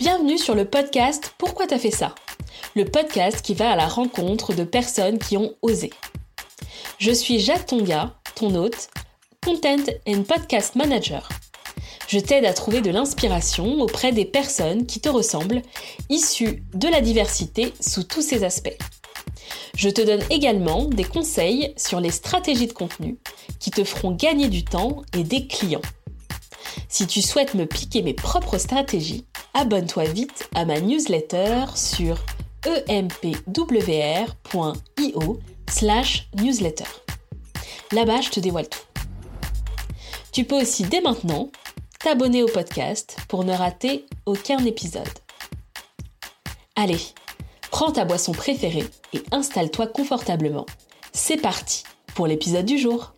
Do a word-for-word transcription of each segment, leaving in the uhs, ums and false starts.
Bienvenue sur le podcast Pourquoi t'as fait ça ? Le podcast qui va à la rencontre de personnes qui ont osé. Je suis Jade Tonga, ton hôte, Content and Podcast Manager. Je t'aide à trouver de l'inspiration auprès des personnes qui te ressemblent, issues de la diversité sous tous ses aspects. Je te donne également des conseils sur les stratégies de contenu qui te feront gagner du temps et des clients. Si tu souhaites me piquer mes propres stratégies, abonne-toi vite à ma newsletter sur empwr.io slash newsletter. Là-bas, je te dévoile tout. Tu peux aussi dès maintenant t'abonner au podcast pour ne rater aucun épisode. Allez, prends ta boisson préférée et installe-toi confortablement. C'est parti pour l'épisode du jour.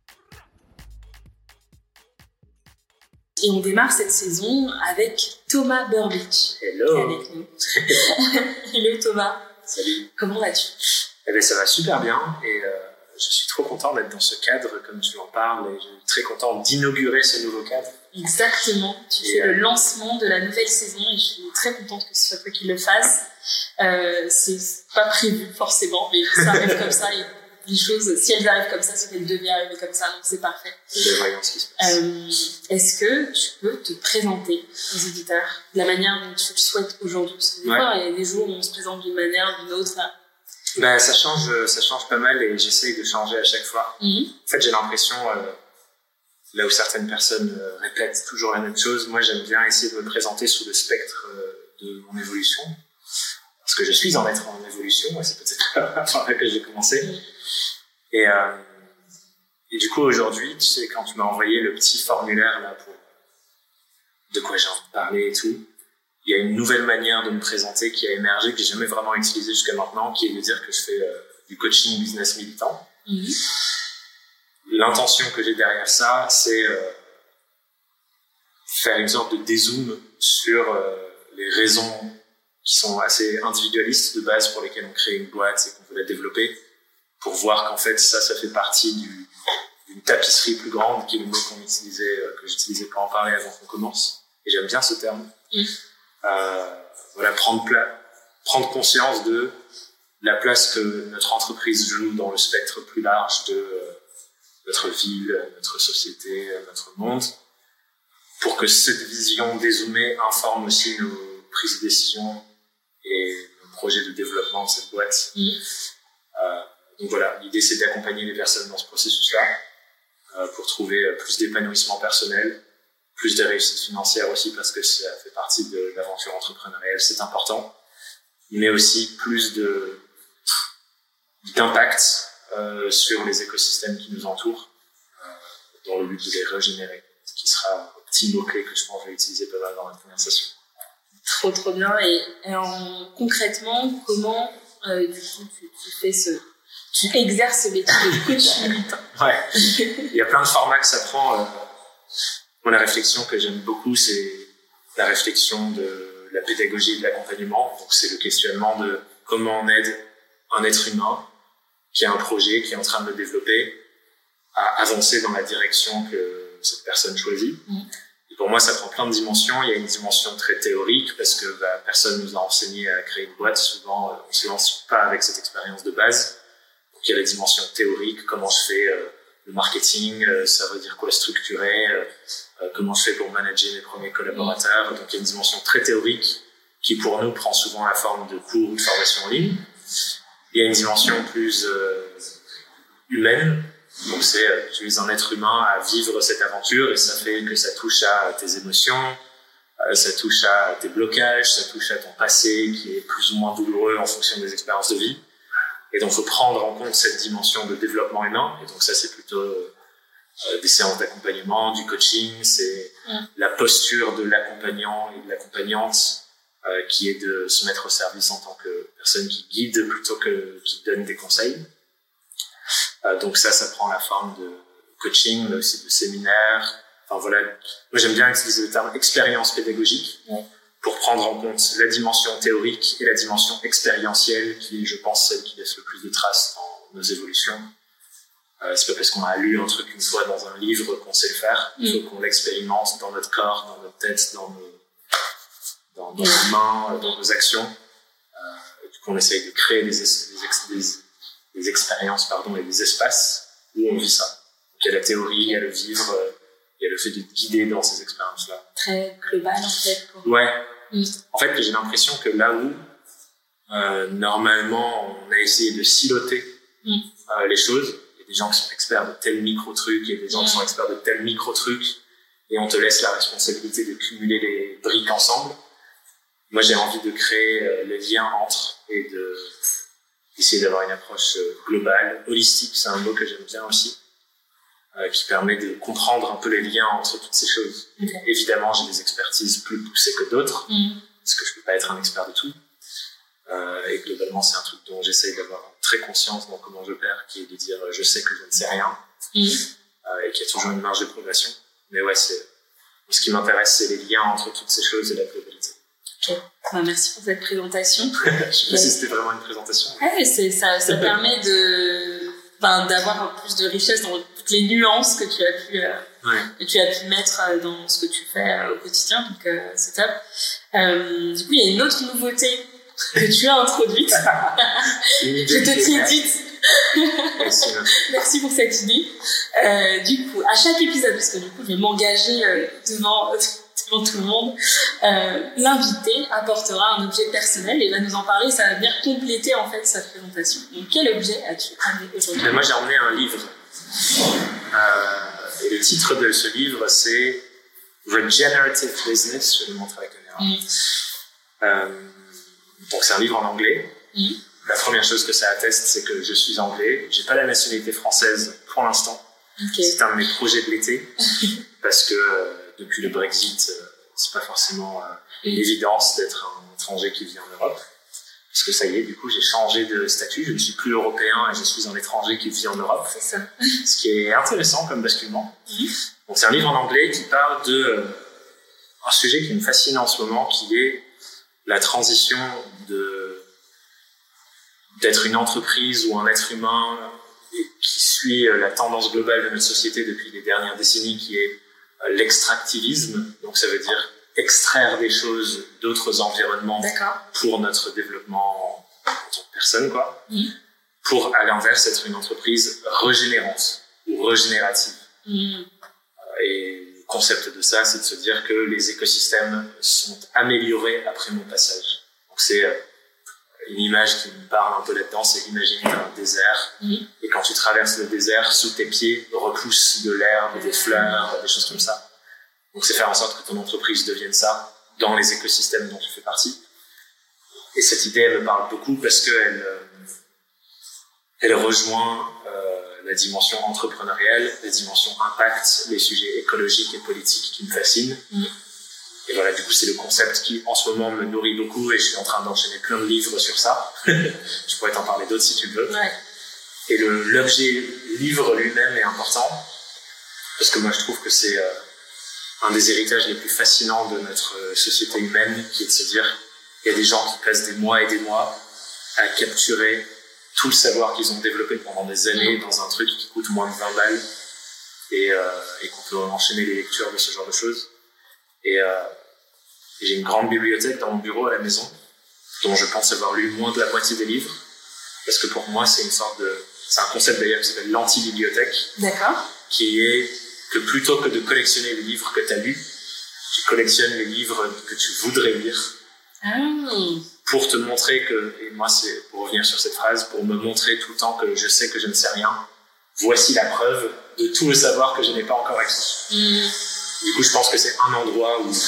Et on démarre cette saison avec Thomas Burbidge. Hello. Qui est avec nous. Hello Thomas. Salut. Comment vas-tu ? Eh bien, ça va super bien et euh, je suis trop content d'être dans ce cadre, comme tu en parles, et je suis très content d'inaugurer ce nouveau cadre. Exactement. Tu et fais euh... le lancement de la nouvelle saison et je suis très contente que ce soit toi qui le fasses. Euh, c'est pas prévu forcément, mais ça arrive comme ça. Et les choses, si elles arrivent comme ça, c'est qu'elles devaient arriver comme ça, donc c'est parfait. Et voyons ce qui se passe. Euh, est-ce que tu peux te présenter aux auditeurs de la manière dont tu le souhaites aujourd'hui ? Parce que des ouais. fois, il y a des jours où on se présente d'une manière, d'une autre. Là. Ben, ça change, ça change pas mal et j'essaye de changer à chaque fois. Mm-hmm. En fait, j'ai l'impression, euh, là où certaines personnes euh, répètent toujours la même chose, moi j'aime bien essayer de me présenter sous le spectre euh, de mon évolution. Parce que je suis en être en évolution, et c'est peut-être par là que j'ai commencé. Mm-hmm. Et, euh, et du coup, aujourd'hui, tu sais, quand tu m'as envoyé le petit formulaire là pour de quoi j'ai envie de parler et tout, il y a une nouvelle manière de me présenter qui a émergé, que j'ai jamais vraiment utilisée jusqu'à maintenant, qui est de dire que je fais euh, du coaching business militant. Mm-hmm. L'intention que j'ai derrière ça, c'est euh, faire une sorte de dézoom sur euh, les raisons qui sont assez individualistes de base pour lesquelles on crée une boîte et qu'on veut la développer, pour voir qu'en fait ça, ça fait partie du, d'une tapisserie plus grande, qui est le mot qu'on utilisait, euh, que j'utilisais pour en parler avant qu'on commence. Et j'aime bien ce terme. Mm. Euh, voilà, prendre, pla- prendre conscience de la place que notre entreprise joue dans le spectre plus large de euh, notre ville, notre société, notre monde, pour que cette vision dézoomée informe aussi nos prises de décision et nos projets de développement de cette boîte. Mm. Euh, donc voilà, l'idée c'est d'accompagner les personnes dans ce processus-là euh, pour trouver plus d'épanouissement personnel, plus de réussite financière aussi parce que ça fait partie de l'aventure entrepreneuriale, c'est important, mais aussi plus de, d'impact euh, sur les écosystèmes qui nous entourent euh, dans le but de les régénérer, ce qui sera un petit mot-clé que je pense que je vais utiliser pas mal dans notre conversation. Trop trop bien. Et, et en, concrètement, comment euh, du coup tu, tu fais ce... tu exerces ce métier de coach militant ? Ouais, il y a plein de formats que ça prend. Euh, moi, la réflexion que j'aime beaucoup, c'est la réflexion de la pédagogie et de l'accompagnement. Donc, c'est le questionnement de comment on aide un être humain qui a un projet, qui est en train de le développer, à avancer dans la direction que cette personne choisit. Mmh. Et pour moi, ça prend plein de dimensions. Il y a une dimension très théorique parce que bah, personne nous a enseigné à créer une boîte. Souvent, on ne se lance pas avec cette expérience de base. Donc, il y a la dimension théorique, comment je fais euh, le marketing, euh, ça veut dire quoi structurer, euh, euh, comment je fais pour manager mes premiers collaborateurs. Donc, il y a une dimension très théorique qui, pour nous, prend souvent la forme de cours ou de formation en ligne. Il y a une dimension plus euh, humaine. Donc, c'est euh, tu es un être humain à vivre cette aventure et ça fait que ça touche à tes émotions, euh, ça touche à tes blocages, ça touche à ton passé qui est plus ou moins douloureux en fonction des expériences de vie. Et donc, il faut prendre en compte cette dimension de développement humain. Et donc, ça, c'est plutôt euh, des séances d'accompagnement, du coaching. C'est mmh. la posture de l'accompagnant et de l'accompagnante euh, qui est de se mettre au service en tant que personne qui guide plutôt que qui donne des conseils. Euh, donc, ça, ça prend la forme de coaching, mais aussi de séminaires. Enfin, voilà. Moi, j'aime bien utiliser le terme expérience pédagogique. Mmh. pour prendre en compte la dimension théorique et la dimension expérientielle qui est, je pense, celle qui laisse le plus de traces dans nos évolutions. Euh, c'est pas parce qu'on a lu un truc une fois dans un livre qu'on sait le faire. Il faut mmh. qu'on l'expérimente dans notre corps, dans notre tête, dans nos, dans, dans nos mains, dans nos actions. Euh, du coup, on essaye de créer des, des, des, des expériences pardon, et des espaces où on vit ça. Donc, il y a la théorie, il y a le vivre, euh, il y a le fait de guider dans ces expériences-là. Très global, en fait. Pour... Ouais. Mm. En fait, j'ai l'impression que là où, euh, normalement, on a essayé de siloter mm. euh, les choses, il y a des gens qui sont experts de tel micro-truc, il y a des gens mm. qui sont experts de tel micro-truc, et on te laisse la responsabilité de cumuler les briques ensemble. Moi, j'ai envie de créer euh, les liens entre et de essayer d'avoir une approche euh, globale, holistique, c'est un mot que j'aime bien aussi, euh, qui permet de comprendre un peu les liens entre toutes ces choses. Okay. Évidemment, j'ai des expertises plus poussées que d'autres, mm. parce que je peux pas être un expert de tout. Euh, et globalement, c'est un truc dont j'essaye d'avoir très conscience dans comment j'opère, qui est de dire euh, je sais que je ne sais rien, mm. euh, et qu'il y a toujours une marge de progression. Mais ouais, c'est, ce qui m'intéresse, c'est les liens entre toutes ces choses et la globalité. Ok, bah, merci pour cette présentation. Je sais pas si c'était vraiment une présentation. Ouais, c'est, ça, ça permet de, ben, d'avoir plus de richesse dans toutes les nuances que tu as pu, euh, ouais. que tu as pu mettre dans ce que tu fais euh, au quotidien. Donc, euh, c'est top. Euh, du coup, il y a une autre nouveauté que tu as introduite. Je te tiens dite. Merci, merci pour cette idée. Euh, du coup, à chaque épisode, parce que du coup, je vais m'engager euh, devant, devant tout le monde, euh, l'invité apportera un objet personnel et va nous en parler. Ça va venir compléter en fait sa présentation. Donc, quel objet as-tu amené aujourd'hui ? Mais moi, j'ai emmené un livre. Euh, et le titre de ce livre, c'est Regenerative Business. Je vais le montrer avec la caméra. Mm. Euh, donc, c'est un livre en anglais. Mm. La première chose que ça atteste, c'est que je suis anglais. J'ai pas la nationalité française pour l'instant. Okay. C'est un de mes projets de l'été parce que euh, depuis le Brexit, euh, c'est pas forcément euh, une mm. évidence d'être un étranger qui vit en Europe. Parce que ça y est, du coup, j'ai changé de statut. Je ne suis plus européen et je suis un étranger qui vit en Europe. C'est ça. Ce qui est intéressant comme basculement. Mm. Donc, c'est un livre en anglais qui parle de euh, un sujet qui me fascine en ce moment, qui est la transition de d'être une entreprise ou un être humain qui suit la tendance globale de notre société depuis les dernières décennies, qui est l'extractivisme. Donc ça veut dire extraire des choses d'autres environnements D'accord. pour notre développement en tant que personne, quoi. Mmh. Pour, à l'inverse, être une entreprise régénérante ou régénérative. Mmh. Et le concept de ça, c'est de se dire que les écosystèmes sont améliorés après mon passage. Donc c'est une image qui me parle un peu là-dedans, c'est l'imaginer un désert. Mmh. Et quand tu traverses le désert, sous tes pieds repousse de l'herbe, des fleurs, des choses comme ça. Donc c'est faire en sorte que ton entreprise devienne ça dans les écosystèmes dont tu fais partie. Et cette idée, elle me parle beaucoup parce qu'elle euh, elle rejoint euh, la dimension entrepreneuriale, la dimension impact, les sujets écologiques et politiques qui me fascinent. Mmh. Et voilà, du coup, c'est le concept qui, en ce moment, me nourrit beaucoup et je suis en train d'enchaîner plein de livres sur ça. Je pourrais t'en parler d'autres si tu veux. Ouais. Et le, l'objet livre lui-même est important parce que moi, je trouve que c'est euh, un des héritages les plus fascinants de notre euh, société humaine, qui est de se dire qu'il y a des gens qui passent des mois et des mois à capturer tout le savoir qu'ils ont développé pendant des années mmh. dans un truc qui coûte moins de vingt balles et, euh, et qu'on peut enchaîner les lectures de ce genre de choses. Et euh, j'ai une grande bibliothèque dans mon bureau à la maison, dont je pense avoir lu moins de la moitié des livres, parce que pour moi, c'est une sorte de... C'est un concept d'ailleurs qui s'appelle l'anti-bibliothèque. D'accord. Qui est que plutôt que de collectionner les livres que tu as lus, tu collectionnes les livres que tu voudrais lire. Ah. Pour te montrer que... Et moi, c'est pour revenir sur cette phrase, pour me montrer tout le temps que je sais que je ne sais rien. Voici la preuve de tout le savoir que je n'ai pas encore acquis. Mm. Du coup, je pense que c'est un endroit où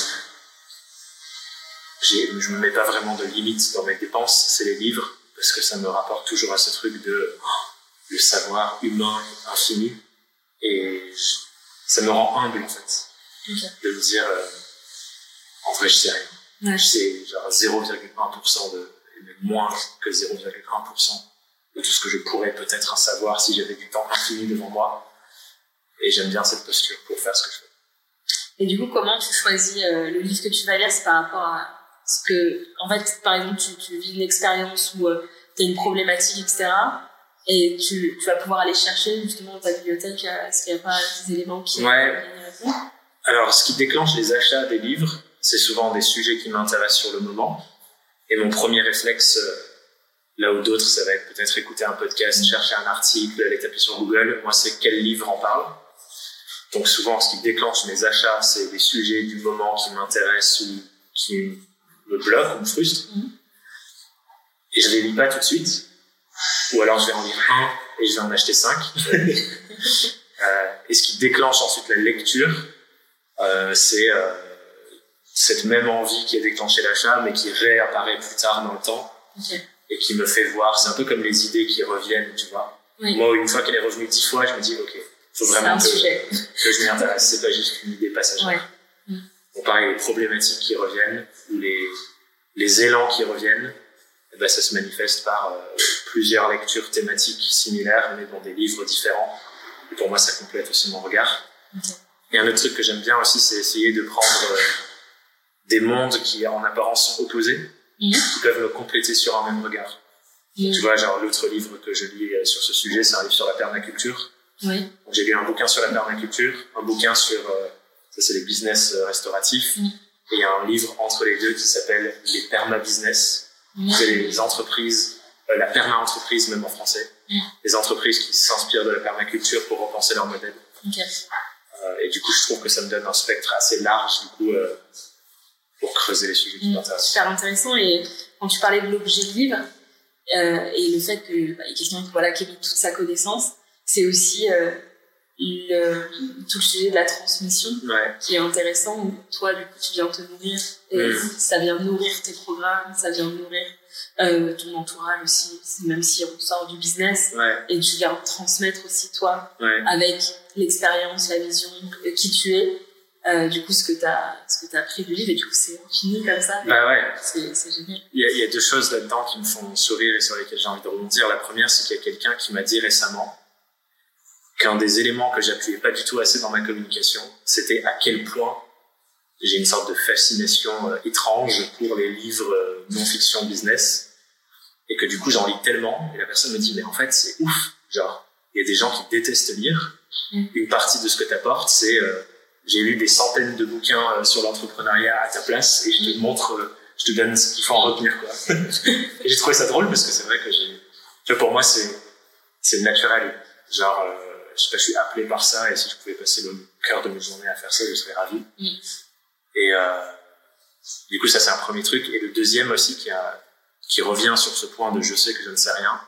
j'ai, je ne me mets pas vraiment de limites dans mes dépenses, c'est les livres, parce que ça me rapporte toujours à ce truc de oh, le savoir humain infini, et je, ça me rend humble, en fait, okay. de me dire euh, en vrai, je sais rien. Ouais. Je sais genre zéro virgule un pour cent de, et même moins que zéro virgule un pour cent de tout ce que je pourrais peut-être savoir si j'avais du temps infini devant moi, et j'aime bien cette posture pour faire ce que je fais. Et du coup, comment tu choisis euh, le livre que tu vas lire? C'est par rapport à ce que, en fait, par exemple, tu, tu vis une expérience où euh, tu as une problématique, et cetera. Et tu, tu vas pouvoir aller chercher justement dans ta bibliothèque, est-ce qu'il n'y a pas des éléments qui... Ouais. Alors, ce qui déclenche les achats des livres, c'est souvent des sujets qui m'intéressent sur le moment. Et mon premier réflexe, euh, là où d'autres, ça va être peut-être écouter un podcast, chercher un article, aller taper sur Google. Moi, c'est quel livre en parle. Donc souvent, ce qui déclenche mes achats, c'est des sujets du moment qui m'intéressent ou qui me bloquent ou me frustrent. Mmh. Et je les lis pas tout de suite. Ou alors je vais en lire un et je vais en acheter cinq. euh, et ce qui déclenche ensuite la lecture, euh, c'est euh, cette même envie qui a déclenché l'achat, mais qui réapparaît plus tard dans le temps. Okay. Et qui me fait voir, c'est un peu comme les idées qui reviennent, tu vois. Oui. Moi, une fois qu'elle est revenue dix fois, je me dis, ok, faut vraiment que, que je m'y intéresse, c'est pas juste une idée passagère. Ouais. Mm. Donc pareil, les problématiques qui reviennent, ou les, les élans qui reviennent, eh ben, ça se manifeste par euh, plusieurs lectures thématiques similaires, mais dans des livres différents. Et pour moi, ça complète aussi mon regard. Okay. Et un autre truc que j'aime bien aussi, c'est essayer de prendre euh, des mondes qui, en apparence, sont opposés, mmh. qui peuvent me compléter sur un même regard. Mmh. Tu vois, genre, l'autre livre que je lis sur ce sujet, c'est un livre sur la permaculture. Oui. Donc, j'ai lu un bouquin sur la permaculture, un bouquin sur, euh, ça c'est les business euh, restauratifs, mmh. et il y a un livre entre les deux qui s'appelle les perma-business. Mmh. C'est les entreprises, euh, la perma-entreprise même en français, mmh. les entreprises qui s'inspirent de la permaculture pour repenser leur modèle. Okay. Euh, et du coup, je trouve que ça me donne un spectre assez large, du coup, euh, pour creuser les sujets qui mmh, m'intéressent. Super intéressant. Et quand tu parlais de l'objet livre, euh, et le fait que, bah, quelqu'un voilà, qui a mis toute sa connaissance, c'est aussi euh, le, tout le sujet de la transmission ouais. qui est intéressant, où toi, du coup, tu viens te nourrir, et mmh. ça vient nourrir tes programmes, ça vient nourrir euh, ton entourage aussi, même si on sort du business, ouais. et tu viens transmettre aussi, toi, ouais. avec l'expérience, la vision, euh, qui tu es, Euh, du coup, ce que t'as, ce que t'as appris du livre, et du coup, c'est infini comme ça. Bah ouais. C'est, c'est génial. Il y a, il y a deux choses là-dedans qui me font sourire et sur lesquelles j'ai envie de rebondir. La première, c'est qu'il y a quelqu'un qui m'a dit récemment qu'un des éléments que j'appuyais pas du tout assez dans ma communication, c'était à quel point j'ai une sorte de fascination euh, étrange pour les livres euh, non-fiction business, et que du coup, j'en lis tellement, et la personne me dit, mais en fait, c'est ouf. Genre, il y a des gens qui détestent lire. Mm. Une partie de ce que t'apportes, c'est euh, j'ai lu des centaines de bouquins euh, sur l'entrepreneuriat à ta place, et je te montre, euh, je te donne ce qu'il faut en retenir, quoi. Et j'ai trouvé ça drôle parce que c'est vrai que j'ai, tu vois, pour moi, c'est, c'est naturel. Genre, euh, je sais pas, je suis appelé par ça, et si je pouvais passer le cœur de mes journées à faire ça, je serais ravi. Mm. Et, euh, du coup, ça, c'est un premier truc. Et le deuxième aussi qui a, qui revient sur ce point de je sais que je ne sais rien.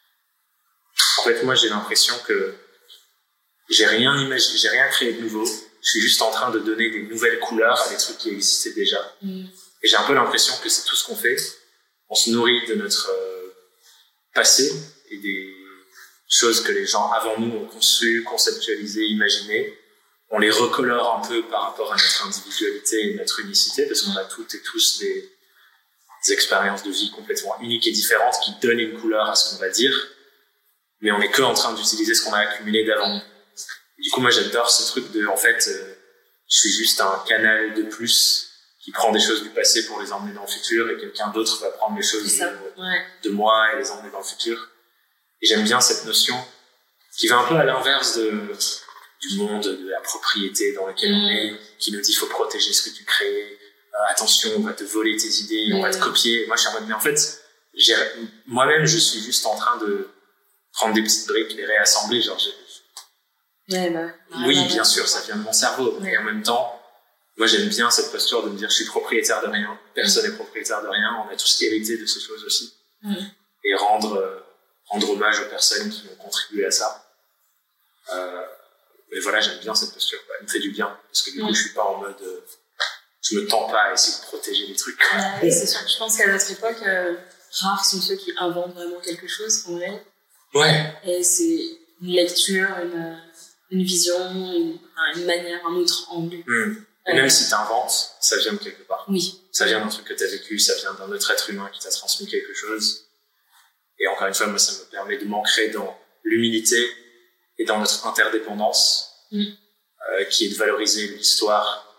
En fait, moi, j'ai l'impression que j'ai rien imaginé, j'ai rien créé de nouveau. Je suis juste en train de donner des nouvelles couleurs à des trucs qui existaient déjà. Mm. Et j'ai un peu l'impression que c'est tout ce qu'on fait. On se nourrit de notre euh, passé et des choses que les gens avant nous ont conçues, conceptualisées, imaginées. On les recolore un peu par rapport à notre individualité et notre unicité, parce qu'on a toutes et tous des, des expériences de vie complètement uniques et différentes qui donnent une couleur à ce qu'on va dire, mais on n'est que en train d'utiliser ce qu'on a accumulé d'avant. Du coup, moi, j'adore ce truc de, en fait, euh, je suis juste un canal de plus qui prend des choses du passé pour les emmener dans le futur, et quelqu'un d'autre va prendre les choses de, ouais. de moi et les emmener dans le futur. Et j'aime bien cette notion qui va un peu à l'inverse de, du monde de la propriété dans lequel mmh. on est, qui nous dit faut protéger ce que tu crées, euh, attention, on va te voler tes idées, mmh. on va te copier. Moi, je suis en mode, mais en fait, j'ai, moi-même, je suis juste en train de prendre des petites briques, les réassembler, genre, j'ai, Ouais, bah, oui, ouais, bien ouais. sûr, ça vient de mon cerveau. Ouais. Et en même temps, moi, j'aime bien cette posture de me dire, je suis propriétaire de rien. Personne n'est mmh. propriétaire de rien. On a tous hérité de ces choses aussi. Mmh. Et rendre, euh, rendre hommage aux personnes qui ont contribué à ça. Euh, et voilà, j'aime bien cette posture. Quoi. Elle me fait du bien. Parce que du mmh. coup, je suis pas en mode, euh, je me tends pas à essayer de protéger les trucs. Ouais, c'est sûr. Je pense qu'à notre époque, euh, rares sont ceux qui inventent vraiment quelque chose, en vrai. Ouais. Et c'est une lecture, une, une vision, une, une manière, un autre angle. Mmh. Et euh, même si t'inventes, ça vient de quelque part. Oui. Ça vient d'un truc que t'as vécu, ça vient d'un autre être humain qui t'a transmis quelque chose. Et encore une fois, moi, ça me permet de m'ancrer dans l'humilité et dans notre interdépendance, mmh. euh, qui est de valoriser l'histoire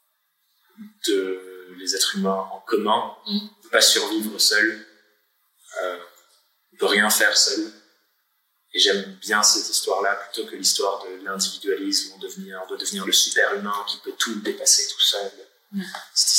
de les êtres humains en commun. Mmh. On peut pas survivre seul. Euh, on peut rien faire seul. Et j'aime bien cette histoire-là plutôt que l'histoire de l'individualisme, on, devenir, on doit devenir le super-humain qui peut tout dépasser tout seul. Mmh. Cette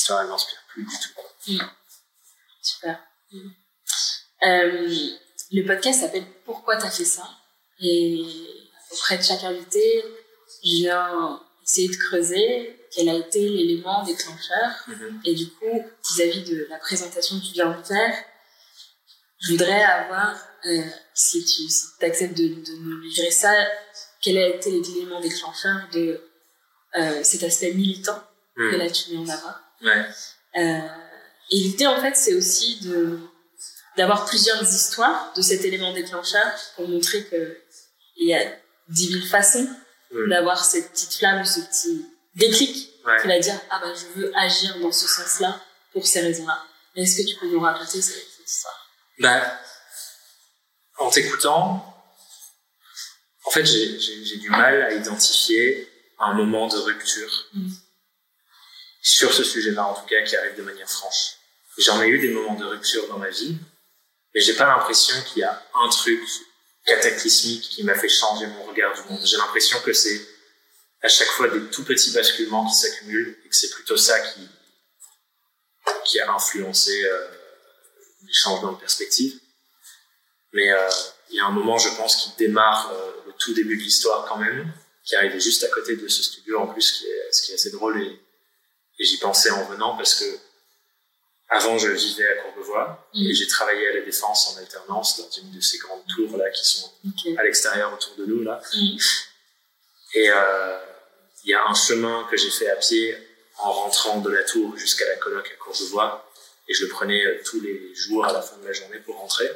l'histoire, elle m'inspire plus du tout. Mmh. Super. Mmh. Euh, le podcast s'appelle « Pourquoi t'as fait ça ?» Et auprès de chaque invité, je viens essayer de creuser quel a été l'élément déclencheur. Mmh. Et du coup, vis-à-vis de la présentation que tu viens de faire, je voudrais avoir, euh, si tu si acceptes de, de nous livrer ça, quel a été l'élément déclencheur de euh, cet aspect militant mmh. que là tu mets en avant. Ouais. Euh, et l'idée, en fait, c'est aussi de, d'avoir plusieurs histoires de cet élément déclencheur pour montrer qu'il y a dix mille façons mmh. d'avoir cette petite flamme, ce petit déclic ouais. qui va dire « Ah ben, je veux agir dans ce sens-là pour ces raisons-là ». Est-ce que tu peux nous raconter cette, cette histoire ? Ben, en t'écoutant, en fait, j'ai, j'ai, j'ai du mal à identifier un moment de rupture mmh. sur ce sujet-là, en tout cas, qui arrive de manière franche. J'en ai eu des moments de rupture dans ma vie, mais j'ai pas l'impression qu'il y a un truc cataclysmique qui m'a fait changer mon regard du monde. J'ai l'impression que c'est à chaque fois des tout petits basculements qui s'accumulent et que c'est plutôt ça qui, qui a influencé euh, les changements de perspective. Mais euh, il y a un moment, je pense, qui démarre euh, le tout début de l'histoire quand même, qui arrivait juste à côté de ce studio en plus, qui est, ce qui est assez drôle et, et j'y pensais en venant parce que avant, je vivais à Courbevoie mmh. et j'ai travaillé à la Défense en alternance dans une de ces grandes tours là qui sont okay. à l'extérieur autour de nous là. Mmh. Et euh, il y a un chemin que j'ai fait à pied en rentrant de la tour jusqu'à la coloc à Courbevoie et je le prenais euh, tous les jours à la fin de la journée pour rentrer.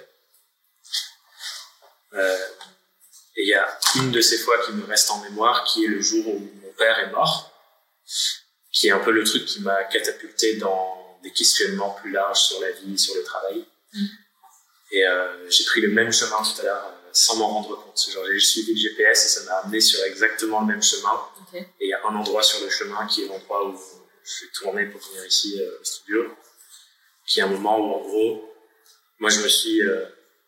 Euh, et il y a une de ces fois qui me reste en mémoire qui est le jour où mon père est mort, qui est un peu le truc qui m'a catapulté dans des questionnements plus larges sur la vie, sur le travail. Mmh. Et euh, j'ai pris le même chemin tout à l'heure euh, sans m'en rendre compte. Genre, j'ai suivi le G P S et ça m'a amené sur exactement le même chemin. Okay. Et il y a un endroit sur le chemin qui est l'endroit où je suis tourné pour venir ici euh, au studio, qui est un moment où, en gros, moi je me suis... Euh...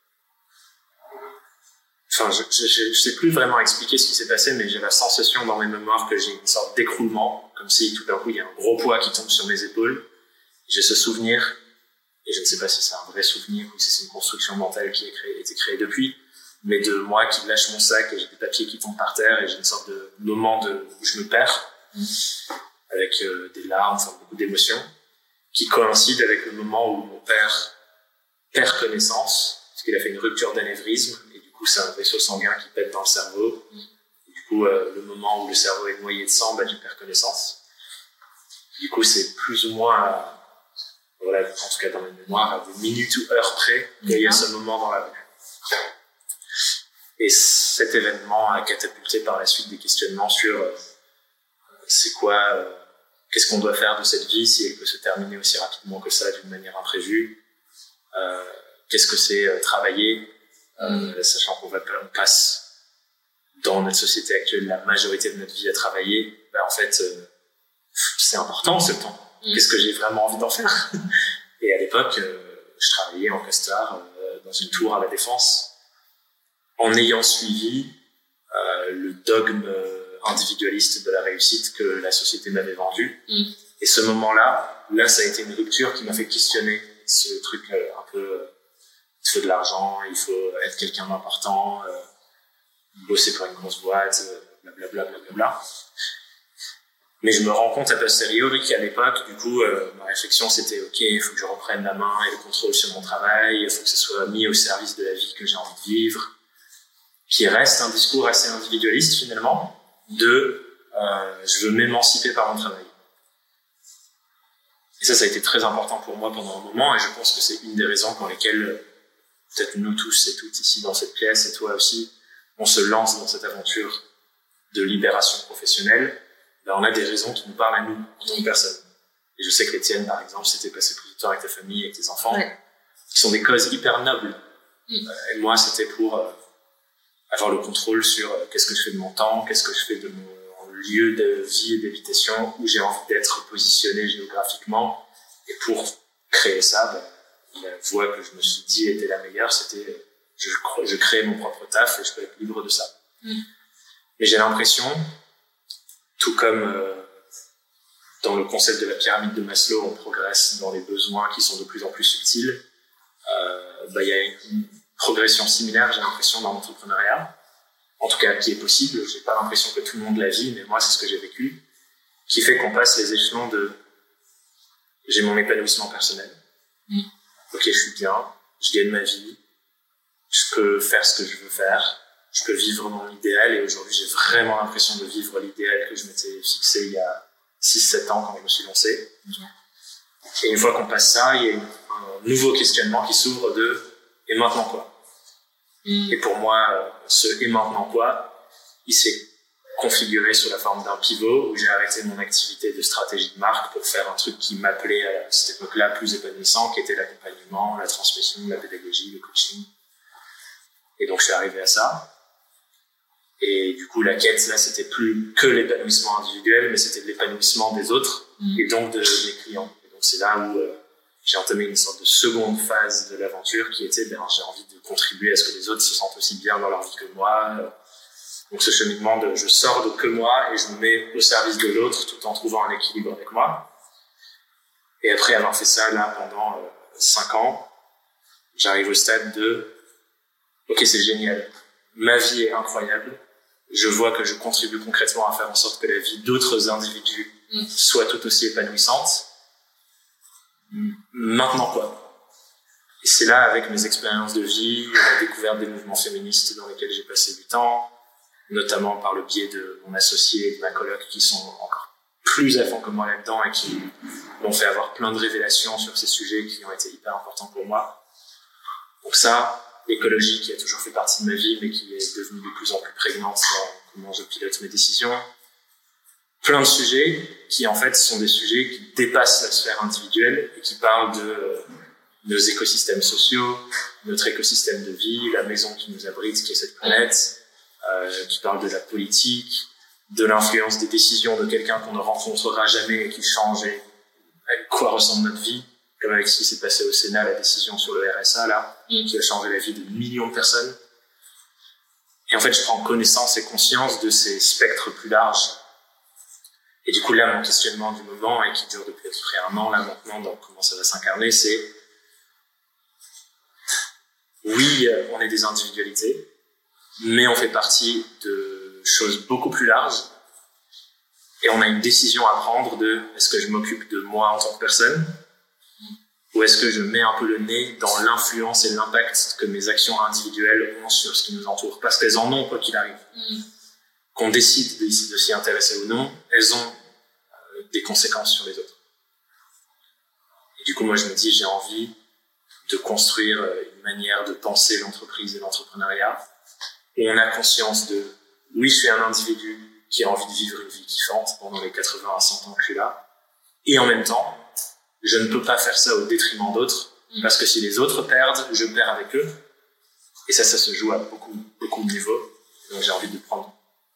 Enfin, je, je, je, je sais plus vraiment expliquer ce qui s'est passé, mais j'ai la sensation dans mes mémoires que j'ai une sorte d'écroulement, comme si tout d'un coup il y a un gros poids qui tombe sur mes épaules. J'ai ce souvenir, et je ne sais pas si c'est un vrai souvenir ou si c'est une construction mentale qui a créé, été créée depuis, mais de moi qui lâche mon sac et j'ai des papiers qui tombent par terre et j'ai une sorte de moment de, où je me perds, mmh. avec euh, des larmes, enfin beaucoup d'émotions, qui coïncide avec le moment où mon père perd connaissance, parce qu'il a fait une rupture d'anévrisme, et du coup c'est un vaisseau sanguin qui pète dans le cerveau, mmh. et du coup euh, le moment où le cerveau est noyé de sang, bah, tu perds connaissance. Du coup c'est plus ou moins... À, voilà, en tout cas dans mes mémoires, à des minutes ou heures près, il y a ce moment dans la rue. Et cet événement a catapulté par la suite des questionnements sur euh, c'est quoi, euh, qu'est-ce qu'on doit faire de cette vie si elle peut se terminer aussi rapidement que ça d'une manière imprévue, euh, qu'est-ce que c'est euh, travailler, euh, mmh. sachant qu'on va, on passe dans notre société actuelle la majorité de notre vie à travailler, ben en fait euh, c'est important ce temps. Qu'est-ce que j'ai vraiment envie d'en faire? Et à l'époque, euh, je travaillais en costard euh, dans une tour à la Défense, en ayant suivi euh, le dogme individualiste de la réussite que la société m'avait vendu. Mm. Et ce moment-là, là, ça a été une rupture qui m'a fait questionner ce truc euh, un peu, euh, il faut de l'argent, il faut être quelqu'un d'important, euh, bosser pour une grosse boîte, euh, blablabla, blablabla. Mais je me rends compte a posteriori qu'à l'époque, du coup, euh, ma réflexion c'était ok, il faut que je reprenne la main et le contrôle sur mon travail, il faut que ce soit mis au service de la vie que j'ai envie de vivre, qui reste un discours assez individualiste finalement, de euh, je veux m'émanciper par mon travail. Et ça, ça a été très important pour moi pendant un moment, et je pense que c'est une des raisons pour lesquelles, peut-être nous tous et toutes ici dans cette pièce, et toi aussi, on se lance dans cette aventure de libération professionnelle. Ben, on a des raisons qui nous parlent à nous, en tant que personne. Et je sais que les tiennes, par exemple, c'était passer plus de temps avec ta famille, avec tes enfants, ouais. qui sont des causes hyper nobles. Mm. Euh, et moi, c'était pour euh, avoir le contrôle sur euh, qu'est-ce que je fais de mon temps, qu'est-ce que je fais de mon lieu de vie et d'habitation, où j'ai envie d'être positionné géographiquement. Et pour créer ça, ben, la voie que je me suis dit était la meilleure, c'était euh, je, je crée mon propre taf et je peux être libre de ça. Mm. Mais j'ai l'impression... Tout comme euh, dans le concept de la pyramide de Maslow, on progresse dans les besoins qui sont de plus en plus subtils. Euh, bah, y a une progression similaire, j'ai l'impression, dans l'entrepreneuriat. En tout cas, qui est possible. J'ai pas l'impression que tout le monde la vit, mais moi, c'est ce que j'ai vécu. Qui fait qu'on passe les échelons de j'ai mon épanouissement personnel. Mm. Ok, je suis bien, je gagne ma vie, je peux faire ce que je veux faire, je peux vivre mon idéal, et aujourd'hui, j'ai vraiment l'impression de vivre l'idéal que je m'étais fixé il y a six sept ans quand je me suis lancé. Okay. Et une fois qu'on passe ça, il y a un nouveau questionnement qui s'ouvre de et maintenant quoi? Mm. Et pour moi, ce et maintenant quoi, il s'est configuré sous la forme d'un pivot où j'ai arrêté mon activité de stratégie de marque pour faire un truc qui m'appelait à cette époque-là plus épanouissant, qui était l'accompagnement, la transmission, la pédagogie, le coaching. Et donc je suis arrivé à ça. Et du coup, la quête, là, c'était plus que l'épanouissement individuel, mais c'était de l'épanouissement des autres mmh. et donc de mes clients. Et donc c'est là où euh, j'ai entamé une sorte de seconde phase de l'aventure qui était, ben, j'ai envie de contribuer à ce que les autres se sentent aussi bien dans leur vie que moi. Donc ce cheminement de je sors de que moi et je me mets au service de l'autre tout en trouvant un équilibre avec moi. Et après avoir fait ça là pendant euh, cinq ans, j'arrive au stade de ok, c'est génial, ma vie est incroyable, je vois que je contribue concrètement à faire en sorte que la vie d'autres individus mmh. soit tout aussi épanouissante. Maintenant quoi? Et c'est là, avec mes expériences de vie, la découverte des mouvements féministes dans lesquels j'ai passé du temps, notamment par le biais de mon associé et de ma coloc qui sont encore plus à fond que moi là-dedans et qui m'ont fait avoir plein de révélations sur ces sujets qui ont été hyper importants pour moi. Donc ça, l'écologie qui a toujours fait partie de ma vie mais qui est devenue de plus en plus prégnante dans comment je pilote mes décisions. Plein de sujets qui en fait sont des sujets qui dépassent la sphère individuelle et qui parlent de euh, nos écosystèmes sociaux, notre écosystème de vie, la maison qui nous abrite, qui est cette planète. Euh, qui parle de la politique, de l'influence des décisions de quelqu'un qu'on ne rencontrera jamais et qui change et à quoi ressemble notre vie, comme avec ce qui s'est passé au Sénat, la décision sur le R S A là, mm. qui a changé la vie de millions de personnes. Et en fait, je prends connaissance et conscience de ces spectres plus larges. Et du coup, là, mon questionnement du moment, et qui dure depuis à peu près un an là maintenant, donc comment ça va s'incarner, c'est oui, on est des individualités, mais on fait partie de choses beaucoup plus larges et on a une décision à prendre de est-ce que je m'occupe de moi en tant que personne ou est-ce que je mets un peu le nez dans l'influence et l'impact que mes actions individuelles ont sur ce qui nous entoure, parce qu'elles en ont quoi qu'il arrive. Mm. Qu'on décide de, de s'y intéresser ou non, elles ont euh, des conséquences sur les autres. Et du coup, moi je me dis, j'ai envie de construire une manière de penser l'entreprise et l'entrepreneuriat où on a conscience de, oui, je suis un individu qui a envie de vivre une vie kiffante pendant les quatre-vingts à cent ans que je suis là, et en même temps, je ne peux pas faire ça au détriment d'autres, mmh. parce que si les autres perdent, je perds avec eux, et ça, ça se joue à beaucoup, beaucoup de niveaux, donc j'ai envie de prendre,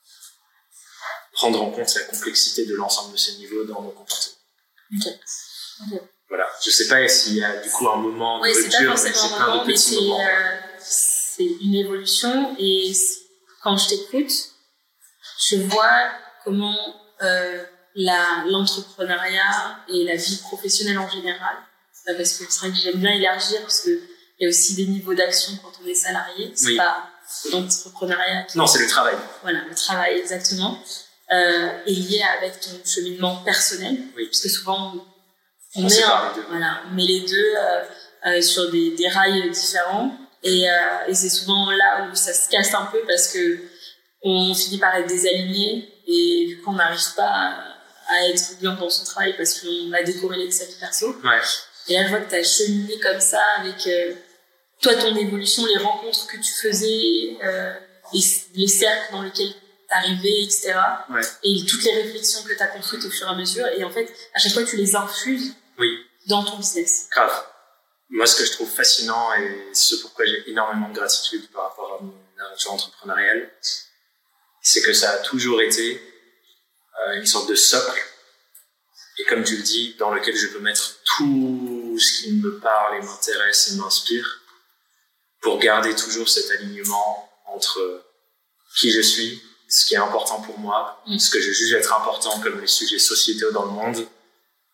prendre en compte la complexité de l'ensemble de ces niveaux dans nos comportements. Ok. Ok. Voilà, je sais pas s'il y a du coup un moment de oui, rupture, mais c'est plein moment, de petits moments. Euh, c'est une évolution et quand je t'écoute, je vois comment euh, la, l'entrepreneuriat et la vie professionnelle en général, parce que c'est vrai que j'aime bien élargir parce qu'il y a aussi des niveaux d'action quand on est salarié, c'est oui. pas l'entrepreneuriat. Qui non, c'est le travail. Voilà, le travail exactement, euh, est lié avec ton cheminement personnel, oui. parce que souvent on, on, met, un, les deux. Voilà, on met les deux euh, euh, sur des, des rails différents. Et, euh, et c'est souvent là où ça se casse un peu parce que on finit par être désaligné et du coup on n'arrive pas à, à être bien dans son travail parce qu'on a décorrélé avec sa vie perso. Ouais. Et là je vois que tu as cheminé comme ça avec euh, toi ton évolution, les rencontres que tu faisais, euh, les, les cercles dans lesquels tu arrivais, et cetera. Ouais. Et toutes les réflexions que tu as construites au fur et à mesure. Et en fait, à chaque fois tu les infuses oui. dans ton business. Grave. Moi, ce que je trouve fascinant et ce pourquoi j'ai énormément de gratitude par rapport à mon aventure entrepreneuriale, c'est que ça a toujours été euh, une sorte de socle, et comme tu le dis, dans lequel je peux mettre tout ce qui me parle et m'intéresse et m'inspire pour garder toujours cet alignement entre qui je suis, ce qui est important pour moi, mmh. ce que je juge être important comme les sujets sociétaux dans le monde,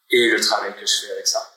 et le travail que je fais avec ça.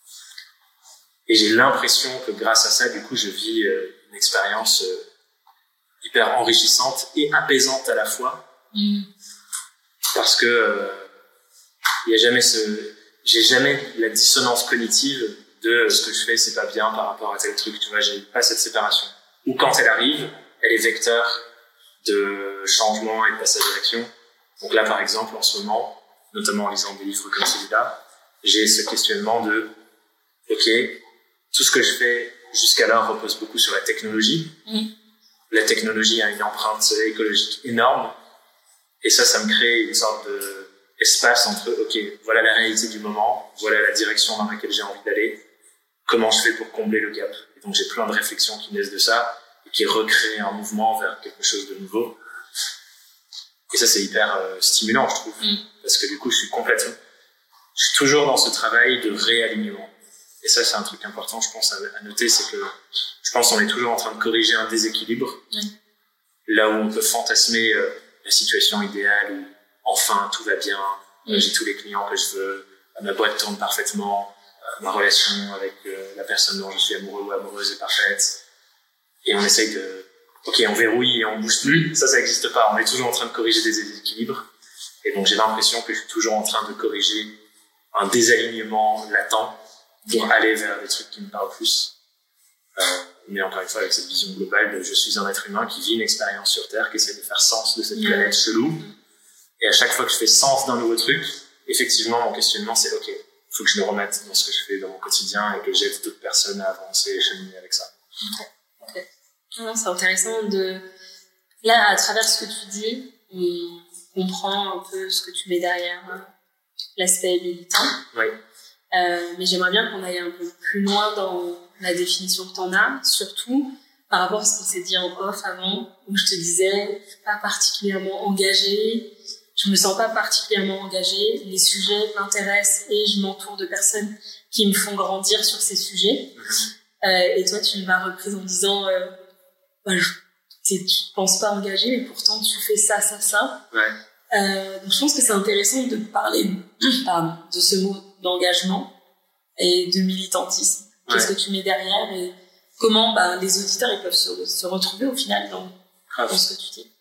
Et j'ai l'impression que grâce à ça, du coup, je vis euh, une expérience euh, hyper enrichissante et apaisante à la fois. Mmh. Parce que euh, il y a jamais ce, j'ai jamais la dissonance cognitive de euh, ce que je fais, c'est pas bien par rapport à tel truc. Tu vois, j'ai pas cette séparation. Ou quand elle arrive, elle est vecteur de changement et de passage à l'action. Donc là, par exemple, en ce moment, notamment en lisant des livres comme celui-là, j'ai ce questionnement de, ok, tout ce que je fais jusqu'alors repose beaucoup sur la technologie. Mmh. La technologie a une empreinte écologique énorme. Et ça, ça me crée une sorte d'espace entre, ok, voilà la réalité du moment, voilà la direction dans laquelle j'ai envie d'aller, comment je fais pour combler le gap. Et donc j'ai plein de réflexions qui naissent de ça, et qui recréent un mouvement vers quelque chose de nouveau. Et ça, c'est hyper euh, stimulant, je trouve, mmh. parce que du coup, je suis complètement, je suis toujours dans ce travail de réalignement. Et ça, c'est un truc important, je pense, à, à noter, c'est que je pense qu'on est toujours en train de corriger un déséquilibre, mmh. là où on peut fantasmer euh, la situation idéale où enfin tout va bien, mmh. euh, j'ai tous les clients que je veux, ma boîte tourne parfaitement, euh, ma relation avec euh, la personne dont je suis amoureux ou amoureuse est parfaite. Et on essaye de, ok, on verrouille et on bouge plus. Ça, ça n'existe pas. On est toujours en train de corriger des déséquilibres. Et donc j'ai l'impression que je suis toujours en train de corriger un désalignement latent pour aller vers des trucs qui me parlent plus. Euh, mais encore une fois, avec cette vision globale de je suis un être humain qui vit une expérience sur Terre, qui essaie de faire sens de cette mmh. planète chelou. Et à chaque fois que je fais sens d'un nouveau truc, effectivement, mon questionnement, c'est ok, faut que je me remette dans ce que je fais dans mon quotidien et que j'aide d'autres personnes à avancer et cheminer avec ça. Ok. Okay. Non, c'est intéressant de, là, à travers ce que tu dis, on comprend un peu ce que tu mets derrière l'aspect militant. Oui. Euh, mais j'aimerais bien qu'on aille un peu plus loin dans la définition que tu en as, surtout par rapport à ce qu'on s'est dit en off avant, où je te disais, je suis pas particulièrement engagée, je me sens pas particulièrement engagée, les sujets m'intéressent et je m'entoure de personnes qui me font grandir sur ces sujets. Mmh. Euh, et toi, tu m'as reprise en disant, euh, bah, je, tu te penses pas engagée, mais pourtant tu fais ça, ça, ça. Ouais. Euh, donc je pense que c'est intéressant de parler pardon, de ce mot d'engagement et de militantisme. Qu'est-ce ouais. que tu mets derrière et comment bah, les auditeurs ils peuvent se, se retrouver au final dans, dans ce que tu dis.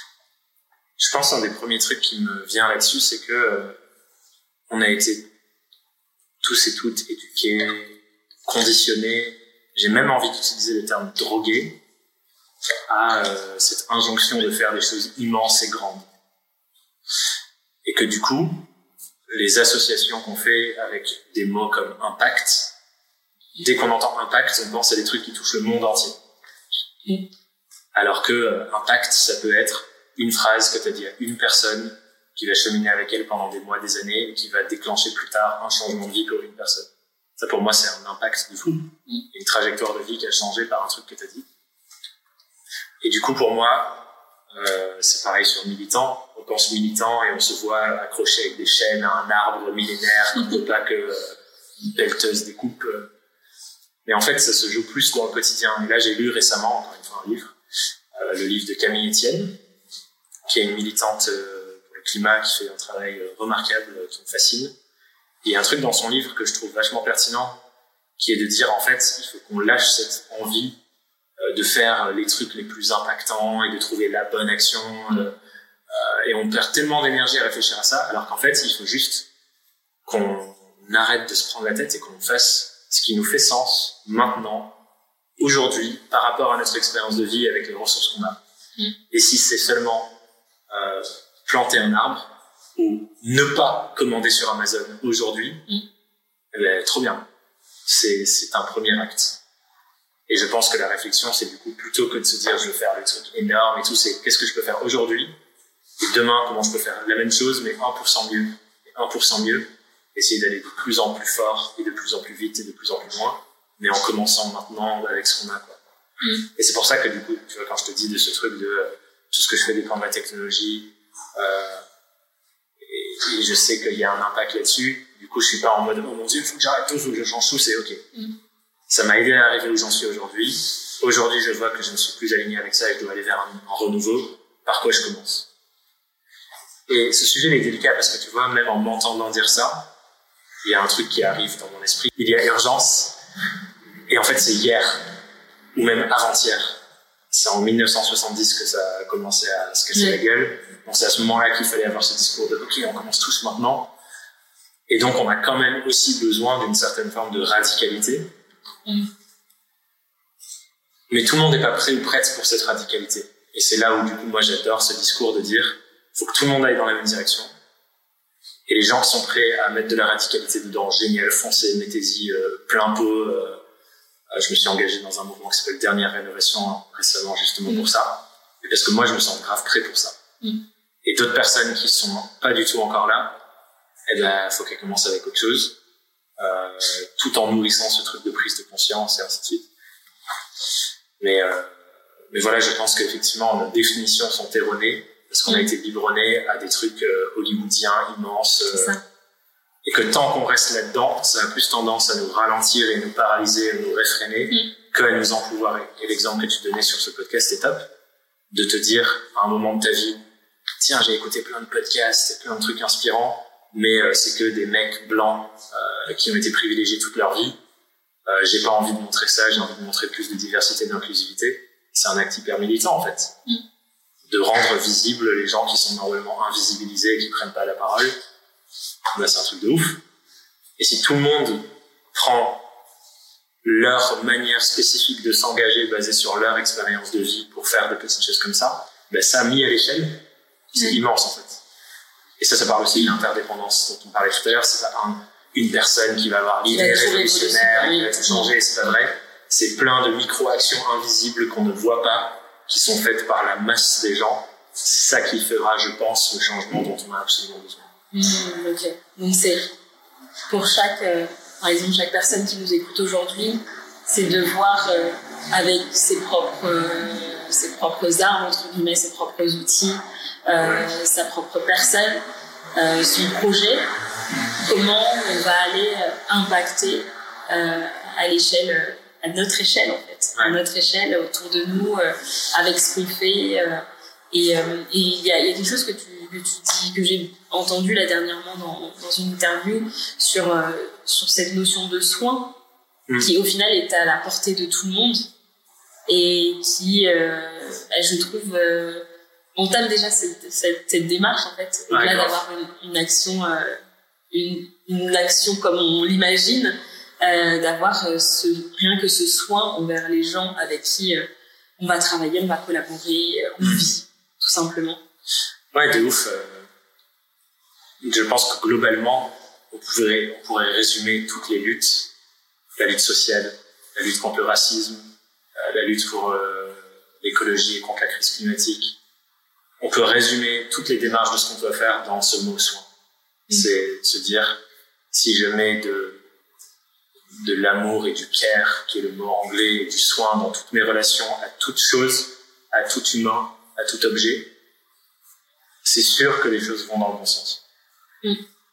Je pense qu'un des premiers trucs qui me vient là-dessus, c'est que euh, on a été tous et toutes éduqués, conditionnés, j'ai même envie d'utiliser le terme drogués, à euh, cette injonction de faire des choses immenses et grandes. Et que du coup, les associations qu'on fait avec des mots comme impact, dès qu'on entend impact, on pense à des trucs qui touchent le monde entier. Mmh. Alors que euh, impact, ça peut être une phrase que tu as dit à une personne qui va cheminer avec elle pendant des mois, des années, et qui va déclencher plus tard un changement de vie pour une personne. Ça, pour moi, c'est un impact de fou. Mmh. Une trajectoire de vie qui a changé par un truc que tu as dit. Et du coup, pour moi, euh, c'est pareil sur militant. On pense militant et on se voit accroché avec des chaînes à un arbre millénaire qui ne veut pas que euh, une pelleteuse découpe. Mais en fait, ça se joue plus dans le quotidien. Et là, j'ai lu récemment, encore une fois, un livre, euh, le livre de Camille Etienne, qui est une militante euh, pour le climat, qui fait un travail euh, remarquable, euh, qui me fascine. Et il y a un truc dans son livre que je trouve vachement pertinent, qui est de dire, en fait, il faut qu'on lâche cette envie euh, de faire les trucs les plus impactants et de trouver la bonne action. Euh, euh, et on perd tellement d'énergie à réfléchir à ça, alors qu'en fait, il faut juste qu'on arrête de se prendre la tête et qu'on fasse ce qui nous fait sens maintenant, aujourd'hui, par rapport à notre expérience de vie avec les ressources qu'on a. Mmh. Et si c'est seulement euh, planter un arbre ou ne pas commander sur Amazon aujourd'hui, mmh. eh bien, trop bien. C'est, c'est un premier acte. Et je pense que la réflexion, c'est du coup, plutôt que de se dire je veux faire le truc énorme et tout, c'est qu'est-ce que je peux faire aujourd'hui et demain, comment je peux faire la même chose, mais un pour cent mieux, et un pour cent mieux. Essayer d'aller de plus en plus fort et de plus en plus vite et de plus en plus loin, mais en commençant maintenant avec ce qu'on a, quoi. Mmh. Et c'est pour ça que du coup, tu vois, quand je te dis de ce truc de euh, tout ce que je fais dépend de la technologie, euh, et, et je sais qu'il y a un impact là-dessus, du coup, je suis pas en mode, oh mon Dieu, il faut que j'arrête tout, il faut que je change tout, c'est ok. Mmh. Ça m'a aidé à arriver où j'en suis aujourd'hui. Aujourd'hui, je vois que je ne suis plus aligné avec ça et je dois aller vers un, un renouveau. Par quoi je commence? Et ce sujet est délicat parce que tu vois, même en m'entendant dire ça, il y a un truc qui arrive dans mon esprit. Il y a urgence, et en fait, c'est hier, ou même avant-hier. C'est en mille neuf cent soixante-dix que ça a commencé à se casser mmh. la gueule. Donc, c'est à ce moment-là qu'il fallait avoir ce discours de « Ok, on commence tous maintenant ». Et donc, on a quand même aussi besoin d'une certaine forme de radicalité. Mmh. Mais tout le monde n'est pas prêt ou prête pour cette radicalité. Et c'est là où, du coup, moi, j'adore ce discours de dire il faut que tout le monde aille dans la même direction. Et les gens qui sont prêts à mettre de la radicalité dedans, génial, foncez, mettez-y euh, plein pot. Euh, je me suis engagé dans un mouvement qui s'appelle Dernière Rénovation hein, récemment, justement mmh. pour ça. Et parce que moi, je me sens grave prêt pour ça. Mmh. Et d'autres personnes qui sont pas du tout encore là, eh ben, faut qu'elles commencent avec autre chose, euh, tout en nourrissant ce truc de prise de conscience et ainsi de suite. Mais, euh, mais voilà, je pense qu'effectivement, nos définitions sont erronées parce qu'on mmh. a été biberonné à des trucs euh, hollywoodiens immenses. Euh, et que tant qu'on reste là-dedans, ça a plus tendance à nous ralentir et nous paralyser, à nous réfréner, mmh. qu'à nous empouvoirer. Et l'exemple que tu donnais sur ce podcast est top, de te dire à un moment de ta vie, tiens, j'ai écouté plein de podcasts, plein de trucs inspirants, mais euh, c'est que des mecs blancs euh, qui ont été privilégiés toute leur vie. Euh, j'ai pas envie de montrer ça, j'ai envie de montrer plus de diversité et d'inclusivité. C'est un acte hyper militant, en fait. Mm. De rendre visibles les gens qui sont normalement invisibilisés et qui prennent pas la parole. Bah, c'est un truc de ouf. Et si tout le monde prend leur manière spécifique de s'engager basée sur leur expérience de vie pour faire des petites choses comme ça, bah, ça, mis à l'échelle, c'est mm. immense, en fait. Et ça, ça parle aussi de l'interdépendance dont on parlait tout à l'heure. C'est pas un, une personne qui va avoir l'idée révolutionnaire, qui va tout changer, c'est pas vrai. C'est plein de micro-actions invisibles qu'on ne voit pas, qui sont faites par la masse des gens. C'est ça qui fera, je pense, le changement dont on a absolument besoin. Mmh, ok. Donc c'est pour chaque, euh, par exemple, chaque personne qui nous écoute aujourd'hui, c'est de voir euh, avec ses propres, euh, ses propres armes, entre guillemets, ses propres outils, euh, sa propre personne, euh, son projet, comment on va aller impacter euh, à l'échelle, à notre échelle en fait, à notre échelle autour de nous, euh, avec ce qu'on fait. Euh, et euh, et il y a, y a quelque chose que tu, que tu dis, que j'ai entendu là dernièrement dans, dans une interview sur, euh, sur cette notion de soin, mmh. qui au final est à la portée de tout le monde et qui, euh, je trouve, euh, entame déjà cette, cette, cette démarche en fait, au-delà ouais, d'avoir une, une action, euh, une, une action comme on l'imagine, euh, d'avoir euh, ce, rien que ce soin envers les gens avec qui euh, on va travailler, on va collaborer, euh, on vit, tout simplement. Ouais, de ouf. Euh, je pense que globalement, on pourrait, on pourrait résumer toutes les luttes, la lutte sociale, la lutte contre le racisme, euh, la lutte pour euh, l'écologie et contre la crise climatique. On peut résumer toutes les démarches de ce qu'on doit faire dans ce mot soin. Mmh. C'est se dire, si je mets de, de l'amour et du care, qui est le mot anglais, et du soin dans toutes mes relations, à toute chose, à tout humain, à tout objet, c'est sûr que les choses vont dans le bon sens. Mmh.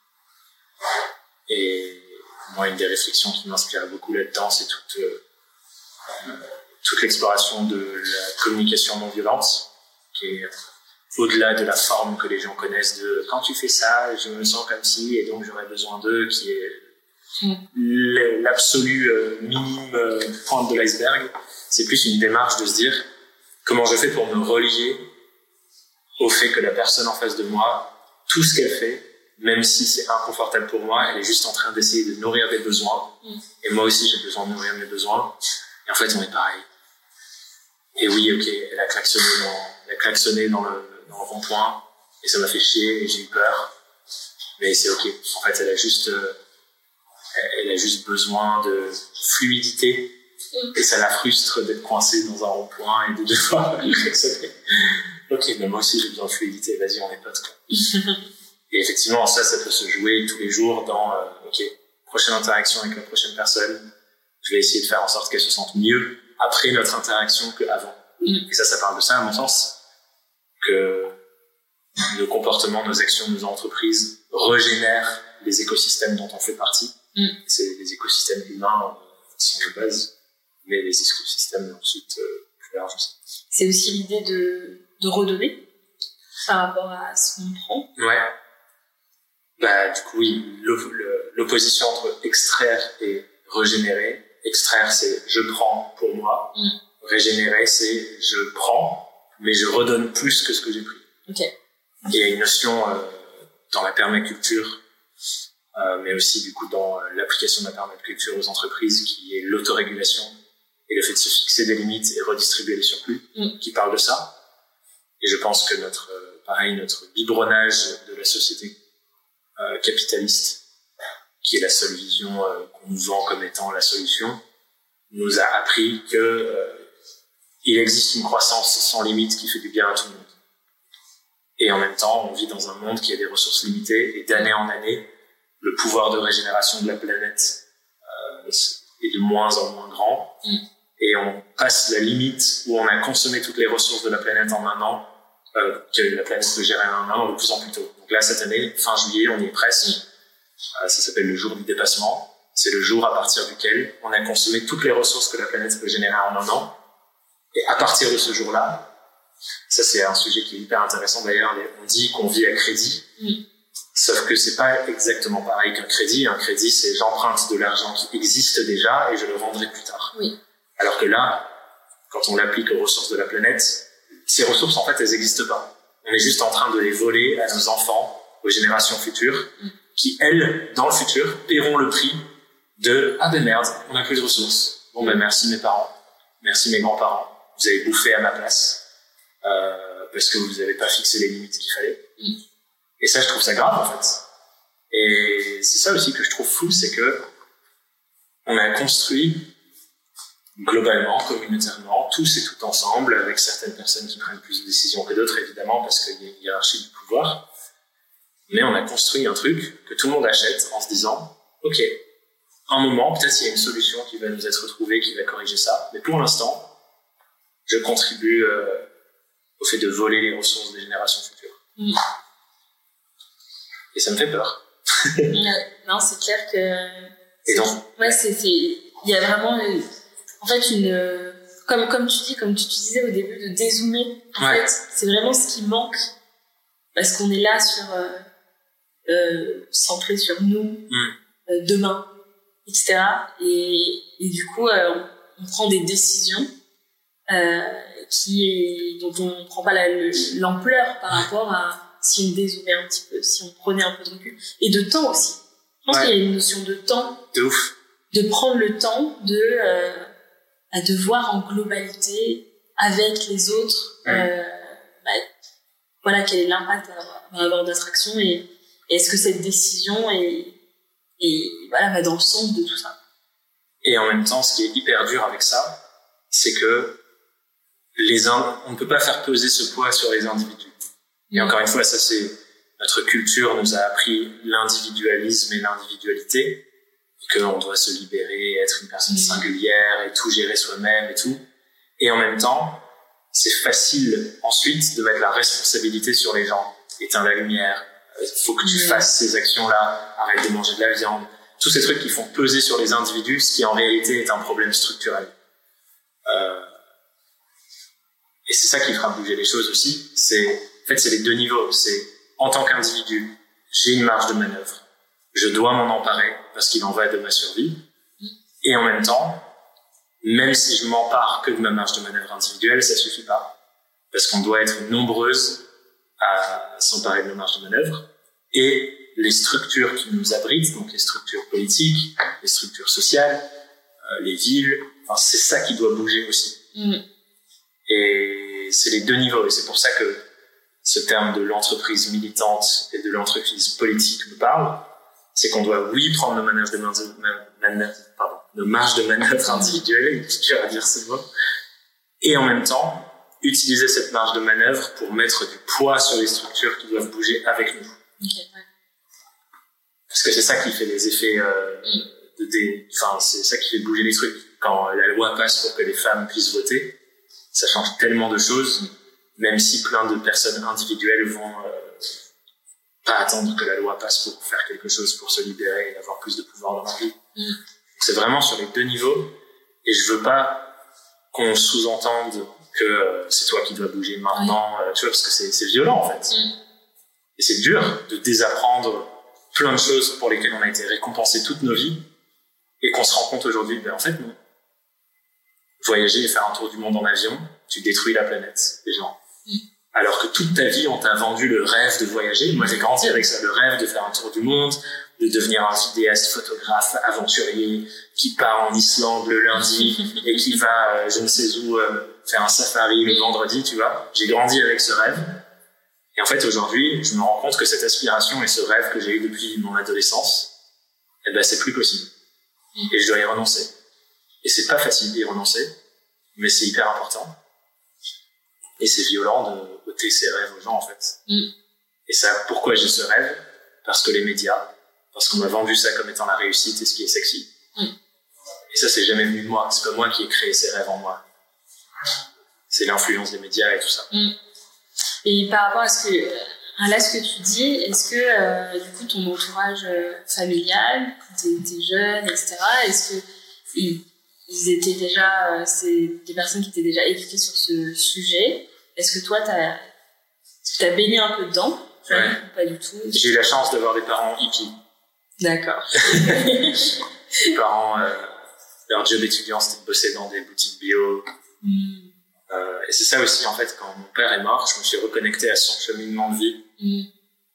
Et moi, une des réflexions qui m'inspire beaucoup là-dedans, c'est toute, euh, toute l'exploration de la communication non violente, qui est au-delà de la forme que les gens connaissent de quand tu fais ça, je me sens comme si, et donc j'aurais besoin d'eux, qui est mmh. l'absolu euh, minime euh, pointe de l'iceberg. C'est plus une démarche de se dire comment je fais pour me relier au fait que la personne en face de moi, tout ce qu'elle fait, même si c'est inconfortable pour moi, elle est juste en train d'essayer de nourrir des besoins. Mmh. Et moi aussi, j'ai besoin de nourrir mes besoins. Et en fait, on est pareil. Et oui, ok, elle a klaxonné dans, elle a klaxonné dans le, dans le rond-point, et ça m'a fait chier, et j'ai eu peur. Mais c'est ok. En fait, elle a juste, euh, elle a juste besoin de fluidité. Mmh. Et ça la frustre d'être coincée dans un rond-point et de devoir klaxonner. Ok, mais moi aussi, j'ai besoin de fluidité. Vas-y, on est potes, quoi. Et effectivement, ça, ça peut se jouer tous les jours dans, euh, ok, prochaine interaction avec la prochaine personne, je vais essayer de faire en sorte qu'elle se sente mieux après notre interaction qu'avant. Mm. Et ça, ça parle de ça, à mon sens, que nos comportements, nos actions, nos entreprises régénèrent les écosystèmes dont on fait partie. Mm. C'est les écosystèmes humains euh, qui sont de base, mais les écosystèmes ensuite euh, plus larges aussi. C'est aussi l'idée de, de redonner par rapport à ce qu'on prend. Ouais. Bah, du coup, oui, le, le, l'opposition entre extraire et régénérer. Extraire, c'est je prends pour moi. Mm. Régénérer, c'est je prends, mais je redonne plus que ce que j'ai pris. Okay. Et il y a une notion euh, dans la permaculture, euh, mais aussi du coup dans euh, l'application de la permaculture aux entreprises, qui est l'autorégulation et le fait de se fixer des limites et redistribuer les surplus, mm. qui parle de ça. Et je pense que notre, euh, pareil, notre biberonnage de la société euh, capitaliste, qui est la seule vision euh, qu'on nous vend comme étant la solution, nous a appris que euh, il existe une croissance sans limite qui fait du bien à tout le monde. Et en même temps, on vit dans un monde qui a des ressources limitées, et d'année en année, le pouvoir de régénération de la planète euh, est de moins en moins grand. Mm. Et on passe la limite où on a consommé toutes les ressources de la planète en un an, euh, que la planète peut gérer en un an de plus en plus tôt. Donc là, cette année, fin juillet, on y est presque. Mm. Ça s'appelle le jour du dépassement. C'est le jour à partir duquel on a consommé toutes les ressources que la planète peut générer en un an. Et à partir de ce jour-là, ça c'est un sujet qui est hyper intéressant d'ailleurs, on dit qu'on vit à crédit, mm. sauf que c'est pas exactement pareil qu'un crédit. Un crédit, c'est j'emprunte de l'argent qui existe déjà et je le rendrai plus tard. Oui. Alors que là, quand on l'applique aux ressources de la planète, ces ressources en fait elles n'existent pas. On est juste en train de les voler à nos enfants, aux générations futures, mm. qui, elles, dans le futur, paieront le prix de « Ah ben merde, on n'a plus de ressources. Bon ben merci mes parents, merci mes grands-parents, vous avez bouffé à ma place euh, parce que vous n'avez pas fixé les limites qu'il fallait. Mm. » Et ça, je trouve ça grave, en fait. Et c'est ça aussi que je trouve fou, c'est que on a construit globalement, communautairement, tous et tout ensemble, avec certaines personnes qui prennent plus de décisions que d'autres, évidemment, parce qu'il y a une hiérarchie du pouvoir. Mais on a construit un truc que tout le monde achète en se disant « Ok, un moment, peut-être il y a une solution qui va nous être trouvée, qui va corriger ça, mais pour l'instant, je contribue euh, au fait de voler les ressources des générations futures. Mmh. » Et ça me fait peur. Non, c'est clair que... Et donc Ouais, c'est... c'est... Il y a vraiment, une... en fait, une... Comme, comme tu dis, comme tu disais au début, de dézoomer. En ouais. fait, c'est vraiment ce qui manque, parce qu'on est là sur... Euh... Euh, centré sur nous, mm. euh, demain, et cetera. Et, et du coup, euh, on, on prend des décisions euh, qui, dont on ne prend pas la, l'ampleur par rapport à si on dézoomait un petit peu, si on prenait un peu de recul. Et de temps aussi. Je pense ouais. qu'il y a une notion de temps. De ouf. De prendre le temps de, euh, de voir en globalité avec les autres mm. euh, bah, voilà, quel est l'impact à avoir notre action et est-ce que cette décision est, est, voilà, va dans le sens de tout ça. Et en même temps, ce qui est hyper dur avec ça, c'est que les ind- on ne peut pas faire peser ce poids sur les individus. Et mmh. encore une fois, ça c'est notre culture nous a appris l'individualisme et l'individualité, et qu'on doit se libérer, être une personne mmh. singulière et tout gérer soi-même et tout. Et en même temps, c'est facile ensuite de mettre la responsabilité sur les gens. Éteins la lumière. Il faut que tu mmh. fasses ces actions-là, arrête de manger de la viande. Tous ces trucs qui font peser sur les individus, ce qui en réalité est un problème structurel. Euh... Et c'est ça qui fera bouger les choses aussi. C'est, en fait, c'est les deux niveaux. C'est, en tant qu'individu, j'ai une marge de manœuvre. Je dois m'en emparer parce qu'il en va de ma survie. Mmh. Et en même temps, même si je m'empare que de ma marge de manœuvre individuelle, ça suffit pas. Parce qu'on doit être nombreuses à s'emparer de nos marges de manœuvre, et les structures qui nous abritent, donc les structures politiques, les structures sociales, euh, les villes, enfin, c'est ça qui doit bouger aussi. Mmh. Et c'est les deux niveaux, et c'est pour ça que ce terme de l'entreprise militante et de l'entreprise politique nous parle, c'est qu'on doit, oui, prendre nos manœuvres de manœuvre, manœuvre, pardon, nos marges de manœuvre individuelles, c'est dur à dire ce mot, et en même temps, utiliser cette marge de manœuvre pour mettre du poids sur les structures qui doivent bouger avec nous. Okay, ouais. Parce que c'est ça qui fait les effets, euh, mm. de dé... enfin, c'est ça qui fait bouger les trucs. Quand la loi passe pour que les femmes puissent voter, ça change tellement de choses, même si plein de personnes individuelles vont euh, pas attendre que la loi passe pour faire quelque chose, pour se libérer et avoir plus de pouvoir dans leur vie. Mm. C'est vraiment sur les deux niveaux, et je veux pas qu'on sous-entende que euh, c'est toi qui dois bouger maintenant, euh, tu vois, parce que c'est, c'est violent en fait. Mm. Et c'est dur de désapprendre plein de choses pour lesquelles on a été récompensé toute nos vies et qu'on se rend compte aujourd'hui, ben en fait non. Voyager et faire un tour du monde en avion, tu détruis la planète, les gens. Mm. Alors que toute ta vie, on t'a vendu le rêve de voyager. Moi, j'ai grandi avec ça, le rêve de faire un tour du monde, de devenir un vidéaste, photographe, aventurier, qui part en Islande le lundi et qui va, euh, je ne sais où, euh, faire un safari le vendredi, tu vois. J'ai grandi avec ce rêve. Et en fait, aujourd'hui, je me rends compte que cette aspiration et ce rêve que j'ai eu depuis mon adolescence, eh ben, c'est plus possible. Et je dois y renoncer. Et c'est pas facile d'y renoncer, mais c'est hyper important. Et c'est violent de ôter ses rêves aux gens, en fait. Mm. Et ça, pourquoi j'ai ce rêve? Parce que les médias, parce qu'on m'a vendu ça comme étant la réussite et ce qui est sexy. Mm. Et ça, c'est jamais venu de moi. C'est pas moi qui ai créé ces rêves en moi. C'est l'influence des médias et tout ça. Mm. Et par rapport à ce que, à là, ce que tu dis, est-ce que, euh, du coup, ton entourage euh, familial, quand t'étais jeune, et cetera, est-ce que ils, ils étaient déjà, euh, c'est des personnes qui étaient déjà éduquées sur ce sujet? Est-ce que toi, t'as, t'as baigné un peu dedans? Ouais. Ou pas du tout? J'ai eu la chance d'avoir des parents hippies. D'accord. Mes parents, euh, leur job étudiant, c'était de bosser dans des boutiques bio. Mm. Euh, et c'est ça aussi, en fait, quand mon père est mort, je me suis reconnecté à son cheminement de vie. Mm.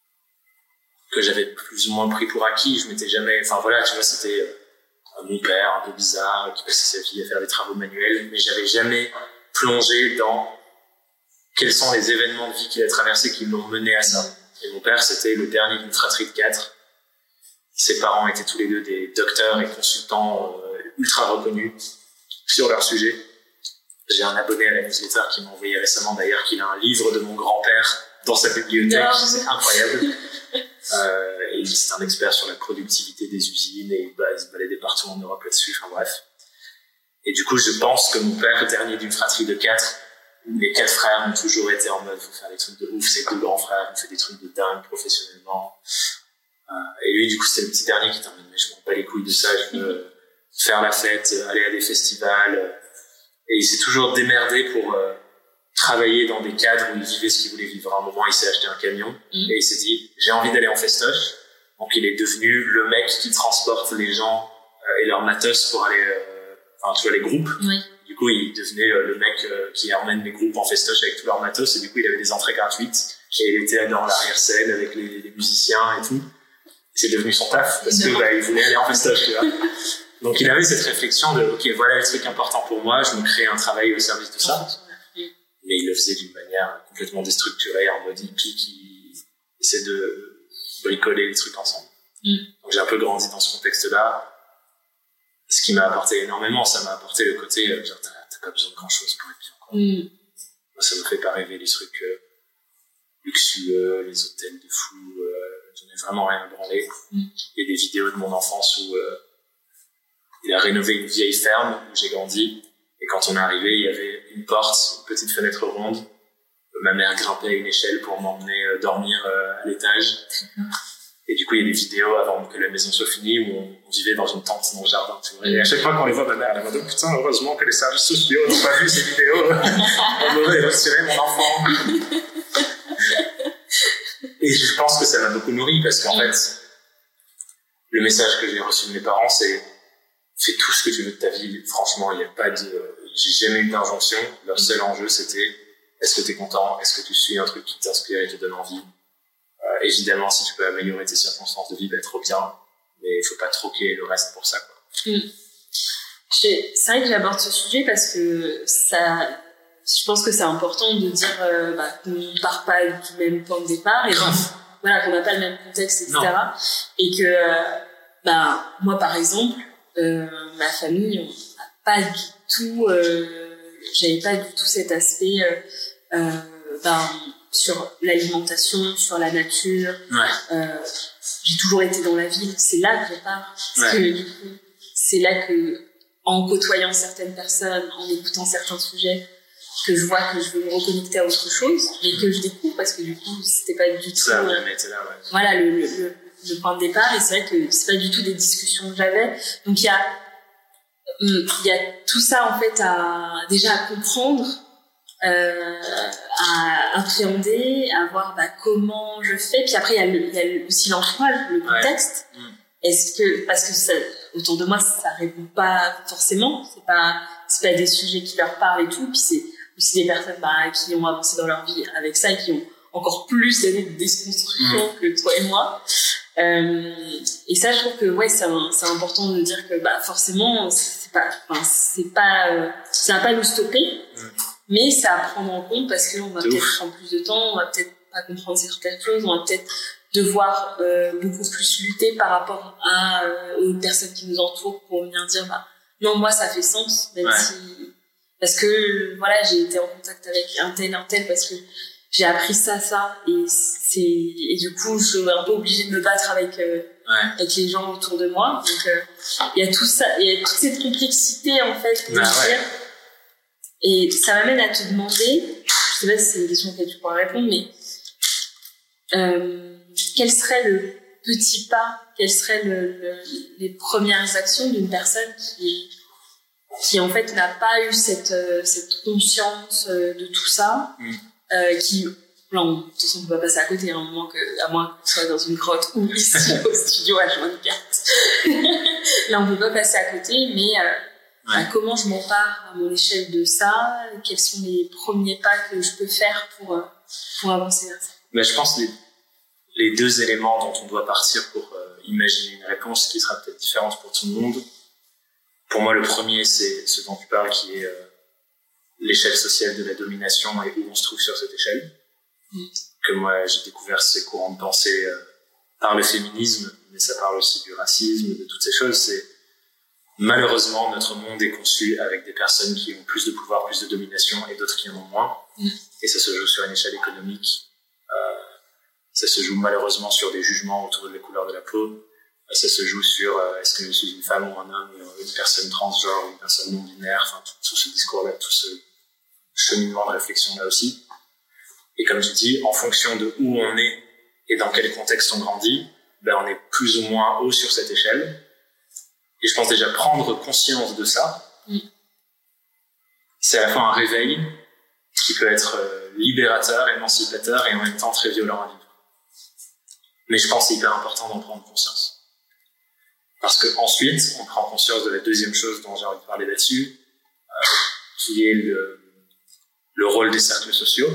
Que j'avais plus ou moins pris pour acquis. Je m'étais jamais, enfin voilà, tu vois, c'était euh, mon père un peu bizarre, qui passait sa vie à faire des travaux manuels, mais j'avais jamais plongé dans quels sont les événements de vie qu'il a traversés qui l'ont mené à ça. Et mon père, c'était le dernier d'une fratrie de quatre. Ses parents étaient tous les deux des docteurs et consultants euh, ultra reconnus sur leur sujet. J'ai un abonné à la newsletter qui m'a envoyé récemment d'ailleurs qu'il a un livre de mon grand-père dans sa bibliothèque. Non. C'est incroyable. euh, et c'est un expert sur la productivité des usines et bah, il se baladait partout en Europe là-dessus. Enfin bref. Et du coup, je pense que mon père, dernier d'une fratrie de quatre, les quatre frères ont toujours été en mode faut faire des trucs de ouf. C'est deux grands frères, ils font des trucs de dingue professionnellement. Euh, et lui, du coup, c'était le petit dernier qui était en mode mais je m'en bats les couilles de ça. Je veux faire la fête, aller à des festivals. Et il s'est toujours démerdé pour euh, travailler dans des cadres où il vivait ce qu'il voulait vivre. À un moment, il s'est acheté un camion mmh. et il s'est dit j'ai envie d'aller en festoche. Donc il est devenu le mec qui transporte les gens euh, et leurs matos pour aller, euh, enfin tu vois les groupes. Oui. Du coup, il devenait euh, le mec euh, qui emmène les groupes en festoche avec tous leurs matos et du coup, il avait des entrées gratuites et il était dans l'arrière-scène avec les, les musiciens et tout. C'est devenu son taf parce que bah, il voulait aller en festoche, tu vois. Donc il avait cette réflexion de ok voilà les trucs importants pour moi, je me crée un travail au service de ça, mais il le faisait d'une manière complètement déstructurée en mode hippie qui essaie de bricoler les trucs ensemble. Mm. Donc j'ai un peu grandi dans ce contexte-là, ce qui m'a apporté énormément, ça m'a apporté le côté euh, genre t'as, t'as pas besoin de grand chose pour être bien quoi. Mm. Moi ça me fait pas rêver les trucs euh, luxueux, les hôtels de fou, euh, j'en ai vraiment rien à branler. Mm. Il y a des vidéos de mon enfance où euh, il a rénové une vieille ferme où j'ai grandi. Et quand on est arrivé, il y avait une porte, une petite fenêtre ronde. Ma mère grimpait à une échelle pour m'emmener euh, dormir euh, à l'étage. Et du coup, il y a des vidéos avant que la maison soit finie où on, on vivait dans une tente dans le jardin. Tu vois. Et à chaque fois qu'on les voit, ma mère, elle m'a dit « Putain, heureusement que les services sociaux n'ont pas vu ces vidéos. On m'aurait retiré mon enfant. » Et je pense que ça m'a beaucoup nourri parce qu'en fait, le message que j'ai reçu de mes parents, c'est fais tout ce que tu veux de ta vie. Franchement, il n'y a pas de, j'ai jamais eu d'injonction. Leur seul enjeu, c'était, est-ce que t'es content? Est-ce que tu suis un truc qui t'inspire et te donne envie? Euh, évidemment, si tu peux améliorer tes circonstances de vie, ben, trop bien. Mais il faut pas troquer le reste pour ça, quoi. Mmh. C'est vrai que j'aborde ce sujet parce que ça, je pense que c'est important de dire, euh, bah, qu'on ne part pas du même point de départ et donc, voilà, qu'on n'a pas le même contexte, et cetera. Non. Et que, euh, bah, moi, par exemple, Euh, ma famille, on n'a pas du tout, euh, j'avais pas du tout cet aspect euh, euh, ben, sur l'alimentation, sur la nature. Ouais. Euh, j'ai toujours été dans la ville, c'est là que je pars. Parce ouais. que du coup, c'est là que, en côtoyant certaines personnes, en écoutant certains sujets, que je vois que je veux me reconnecter à autre chose, et que je découvre parce que du coup, c'était pas du tout. Ça a jamais été là, ouais. Voilà, le, le, le le point de départ, et c'est vrai que c'est pas du tout des discussions que j'avais. Donc il y a il y a tout ça en fait à déjà à comprendre euh, à appréhender, à voir bah, comment je fais. Puis après, il y a, le, il y a le, aussi l'entourage, le contexte. Ouais. Est-ce que, parce que ça, autour de moi, ça répond pas forcément. C'est pas, c'est pas des sujets qui leur parlent et tout. Puis c'est aussi des personnes bah, qui ont avancé dans leur vie avec ça et qui ont encore plus d'années de déconstruction mmh. que toi et moi. Euh, et ça, je trouve que ouais, c'est, un, c'est important de dire que bah, forcément, c'est pas, enfin, c'est pas, euh, ça va pas nous stopper. Mmh. Mais c'est à prendre en compte parce qu'on va de peut-être ouf. prendre plus de temps, on va peut-être pas comprendre certaines choses, on va peut-être devoir euh, beaucoup plus lutter par rapport à, euh, aux personnes qui nous entourent pour venir dire bah non, moi ça fait sens, même ouais. si parce que voilà, j'ai été en contact avec un tel un tel parce que j'ai appris ça ça et c'est et du coup je suis un peu obligée de me battre avec euh, ouais. avec les gens autour de moi. Donc il euh, y a tout ça, il y a toute cette complexité en fait de bah, dire. Ouais. Et ça m'amène à te demander, je sais pas si c'est une question que tu pourras répondre, mais euh, quel serait le petit pas, quelles seraient le, le, les premières actions d'une personne qui, qui en fait n'a pas eu cette, cette conscience de tout ça, mm. euh, qui, là, on, de toute façon, on peut pas passer à côté, hein, à moins que, à moins qu'on soit dans une grotte ou ici au studio à vingt-quatre. Là, on peut pas passer à côté, mais euh, Ouais. Bah, comment je m'empare à mon échelle de ça? Quels sont les premiers pas que je peux faire pour, pour avancer vers ça? Mais je pense que les, les deux éléments dont on doit partir pour euh, imaginer une réponse qui sera peut-être différente pour tout le monde, pour moi, le premier, c'est ce dont tu parles, qui est euh, l'échelle sociale de la domination et où on se trouve sur cette échelle. Mmh. Que moi, j'ai découvert ces courants de pensée euh, par le féminisme, mais ça parle aussi du racisme, de toutes ces choses. C'est malheureusement, notre monde est conçu avec des personnes qui ont plus de pouvoir, plus de domination et d'autres qui en ont moins. Mmh. Et ça se joue sur une échelle économique. Euh, ça se joue malheureusement sur des jugements autour de la couleur de la peau. Euh, ça se joue sur euh, est-ce que je suis une femme ou un homme, une personne transgenre, une personne non-binaire, enfin tout, tout ce discours-là, tout ce cheminement de réflexion-là aussi. Et comme je dis, en fonction de où on est et dans quel contexte on grandit, ben on est plus ou moins haut sur cette échelle. Et je pense déjà prendre conscience de ça, mm. c'est à la fois un réveil qui peut être libérateur, émancipateur et en même temps très violent à vivre. Mais je pense que c'est hyper important d'en prendre conscience. Parce que ensuite, on prend conscience de la deuxième chose dont j'ai envie de parler là-dessus, euh, qui est le, le rôle des cercles sociaux.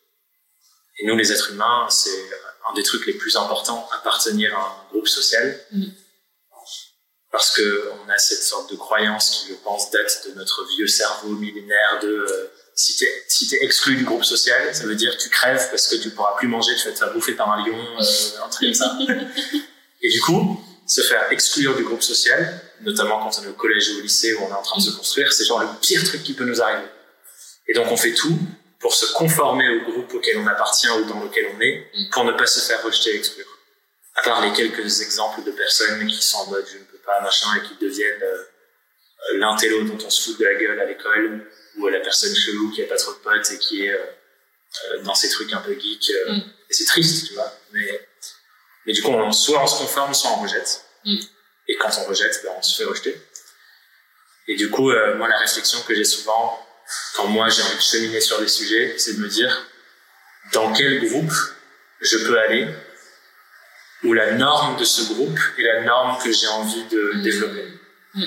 Et nous, les êtres humains, c'est un des trucs les plus importants, appartenir à un groupe social. Mm. Parce que on a cette sorte de croyance qui, je pense, date de notre vieux cerveau millénaire de euh, si t'es si t'es exclu du groupe social, ça veut dire que tu crèves parce que tu pourras plus manger, tu vas te faire bouffer par un lion, euh, un truc comme ça. Et du coup, se faire exclure du groupe social, notamment quand on est au collège ou au lycée où on est en train de se construire, c'est genre le pire truc qui peut nous arriver. Et donc on fait tout pour se conformer au groupe auquel on appartient ou dans lequel on est, pour ne pas se faire rejeter et exclure. À part les quelques exemples de personnes qui sont en mode je ne peux pas, machin, et qui deviennent euh, l'intello dont on se fout de la gueule à l'école, ou la personne chelou qui a pas trop de potes et qui est euh, euh, dans ces trucs un peu geeks. Euh, mm. Et c'est triste, tu vois. Mais, mais du coup, on, soit on se conforme, soit on rejette. Mm. Et quand on rejette, ben, on se fait rejeter. Et du coup, euh, moi, la réflexion que j'ai souvent, quand moi j'ai envie de cheminer sur des sujets, c'est de me dire dans quel groupe je peux aller où la norme de ce groupe est la norme que j'ai envie de mmh. développer. Mmh.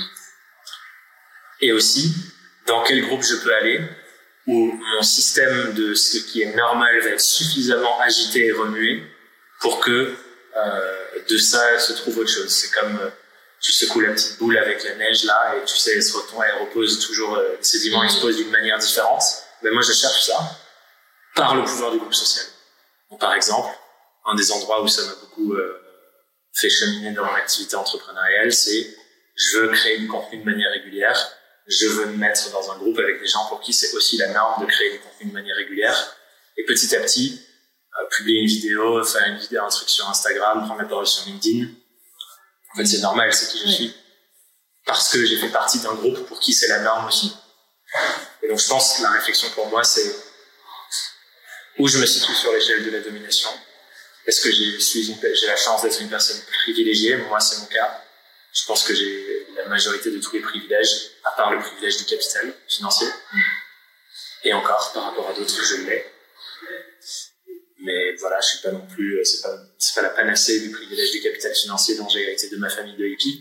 Et aussi, dans quel groupe je peux aller où mon système de ce qui est normal va être suffisamment agité et remué pour que euh, de ça se trouve autre chose. C'est comme euh, tu secoues la petite boule avec la neige là et tu sais, elle se retombe, elle repose toujours, euh, les sédiments mmh. exposent d'une manière différente. Ben moi, je cherche ça par le pouvoir du groupe social. Donc, par exemple, un des endroits où ça m'a beaucoup euh, fait cheminer dans mon activité entrepreneuriale, c'est je veux créer du contenu de manière régulière, je veux me mettre dans un groupe avec des gens pour qui c'est aussi la norme de créer du contenu de manière régulière, et petit à petit, euh, publier une vidéo, faire une vidéo, un truc sur Instagram, prendre la parole sur LinkedIn. En fait, c'est normal, c'est qui je suis. Parce que j'ai fait partie d'un groupe pour qui c'est la norme aussi. Et donc, je pense que la réflexion pour moi, c'est où je me situe sur l'échelle de la domination. Est-ce que j'ai, suis une, j'ai la chance d'être une personne privilégiée? Moi, c'est mon cas. Je pense que j'ai la majorité de tous les privilèges, à part le privilège du capital financier. Et encore, par rapport à d'autres, je l'ai. Mais voilà, je suis pas non plus, c'est pas, c'est pas la panacée du privilège du capital financier dont j'ai hérité de ma famille de hippies.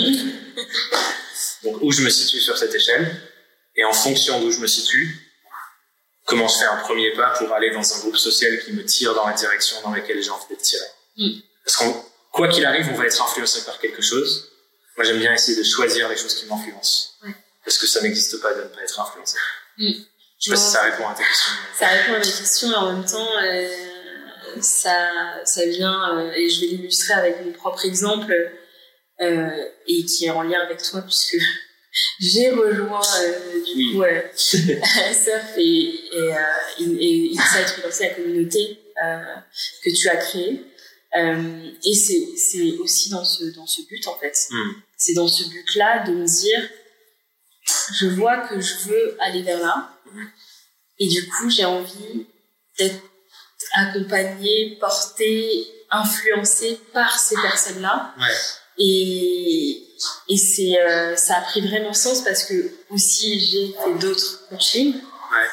Donc, où je me situe sur cette échelle, et en fonction d'où je me situe, comment je fais un premier pas pour aller dans un groupe social qui me tire dans la direction dans laquelle j'ai envie d'être tiré. Mm. Parce que quoi qu'il arrive, on va être influencé par quelque chose. Moi, j'aime bien essayer de choisir les choses qui m'influencent. Ouais. Parce que ça n'existe pas de ne pas être influencé. Mm. Je sais pas bon, si ça répond à ta question. Ça répond à mes questions, et en même temps, euh, ça, ça vient, euh, et je vais l'illustrer avec mon propre exemple, euh, et qui est en lien avec toi, puisque j'ai rejoint euh, du oui. coup euh, Surf et, et, euh, et Insight Freelancer, la communauté euh, que tu as créée. Euh, et c'est, c'est aussi dans ce, dans ce but, en fait. Mm. C'est dans ce but-là de me dire, je vois que je veux aller vers là. Mm. Et du coup, j'ai envie d'être accompagnée, portée, influencée par ces personnes-là. Ouais. Et, et c'est, euh, ça a pris vraiment sens parce que aussi j'ai fait d'autres coachings ouais.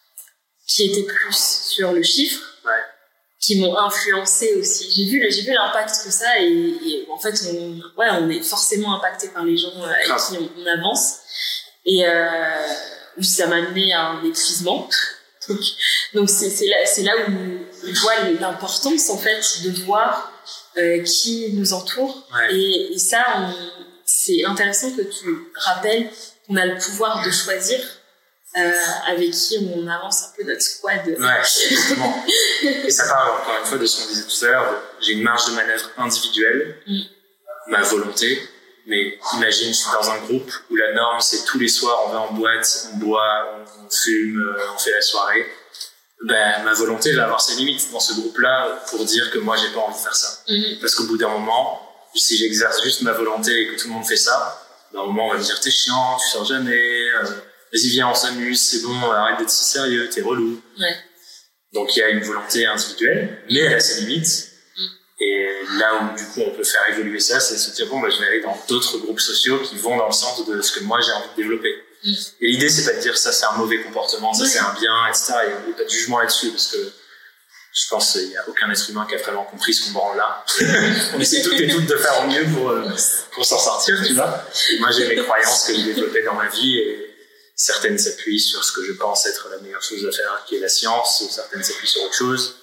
qui étaient plus sur le chiffre, ouais. qui m'ont influencé aussi. J'ai vu, j'ai vu l'impact que ça et, et en fait, on, ouais, on est forcément impacté par les gens avec ah. qui on, on avance. Et euh, ça m'a amené à un épuisement. Donc, donc c'est, c'est, là, c'est là où on voit l'importance en fait de voir euh, qui nous entoure. Ouais. Et, et ça, on, c'est intéressant que tu rappelles qu'on a le pouvoir de choisir euh, avec qui on avance un peu notre squad. Ouais, exactement. Et ça parle encore une fois de ce qu'on disait tout à l'heure. J'ai une marge de manœuvre individuelle, mm. ma volonté. Mais imagine, je suis dans un groupe où la norme, c'est tous les soirs, on va en boîte, on boit, on, on fume, on fait la soirée. Ben, ma volonté va avoir ses limites dans ce groupe-là pour dire que moi, j'ai pas envie de faire ça. Mm-hmm. Parce qu'au bout d'un moment, si j'exerce juste ma volonté et que tout le monde fait ça, ben, à un moment, on va me dire, t'es chiant, tu sors jamais, euh, vas-y, viens, on s'amuse, c'est bon, arrête d'être si sérieux, t'es relou. Ouais. Donc, il y a une volonté individuelle, mais elle a ses limites. Et là où, du coup, on peut faire évoluer ça, c'est se dire, bon, bah, je vais aller dans d'autres groupes sociaux qui vont dans le sens de ce que moi, j'ai envie de développer. Mm. Et l'idée, c'est pas de dire ça, c'est un mauvais comportement, ça, oui. c'est un bien, et cetera. Il n'y a pas de jugement là-dessus, parce que je pense qu'il n'y a aucun être humain qui a vraiment compris ce qu'on branle là. On essaie toutes et toutes de faire au mieux pour, euh, pour s'en sortir, tu vois. Et moi, j'ai mes croyances que j'ai développées dans ma vie, et certaines s'appuient sur ce que je pense être la meilleure chose à faire, qui est la science, ou certaines s'appuient sur autre chose.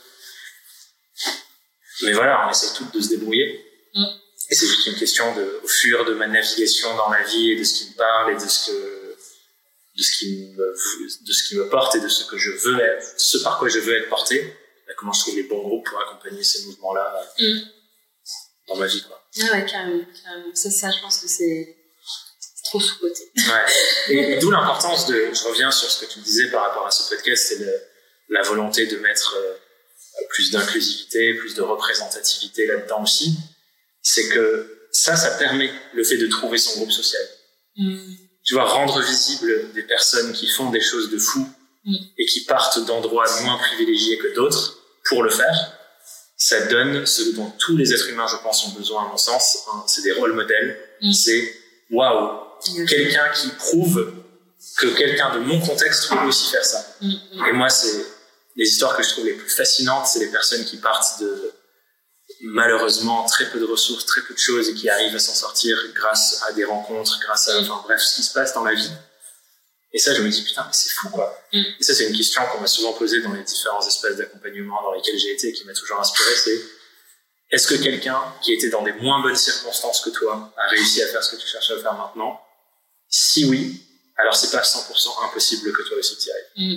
Mais voilà, on essaie toutes de se débrouiller. Mm. Et c'est juste une question de, au fur de ma navigation dans la vie et de ce qui me parle et de ce que, de ce qui me, de ce qui me porte et de ce que je veux être, ce par quoi je veux être porté. Là, comment je trouve les bons groupes pour accompagner ces mouvements-là mm. dans ma vie, quoi. Ah ouais, carrément, carrément. Ça, ça, je pense que c'est, c'est trop sous-coté. Ouais. Et, et d'où l'importance de, je reviens sur ce que tu disais par rapport à ce podcast, c'est le, la volonté de mettre, euh, plus d'inclusivité, plus de représentativité là-dedans aussi, c'est que ça, ça permet le fait de trouver son groupe social. Mm. Tu vois, rendre visible des personnes qui font des choses de fou mm. et qui partent d'endroits moins privilégiés que d'autres pour le faire, ça donne ce dont tous les êtres humains, je pense, ont besoin, à mon sens, hein, c'est des rôles modèles, mm. c'est waouh, mm. quelqu'un qui prouve que quelqu'un de mon contexte peut aussi faire ça. Mm. Et moi, c'est les histoires que je trouve les plus fascinantes, c'est les personnes qui partent de, malheureusement, très peu de ressources, très peu de choses et qui arrivent à s'en sortir grâce à des rencontres, grâce à, enfin bref, ce qui se passe dans la vie. Et ça, je me dis, putain, mais c'est fou, quoi. Mm. Et ça, c'est une question qu'on m'a souvent posée dans les différents espaces d'accompagnement dans lesquels j'ai été et qui m'a toujours inspiré, c'est est-ce que quelqu'un qui était dans des moins bonnes circonstances que toi a réussi à faire ce que tu cherches à faire maintenant? Si oui, alors c'est pas cent pour cent impossible que toi aussi tu y arrives. Mm.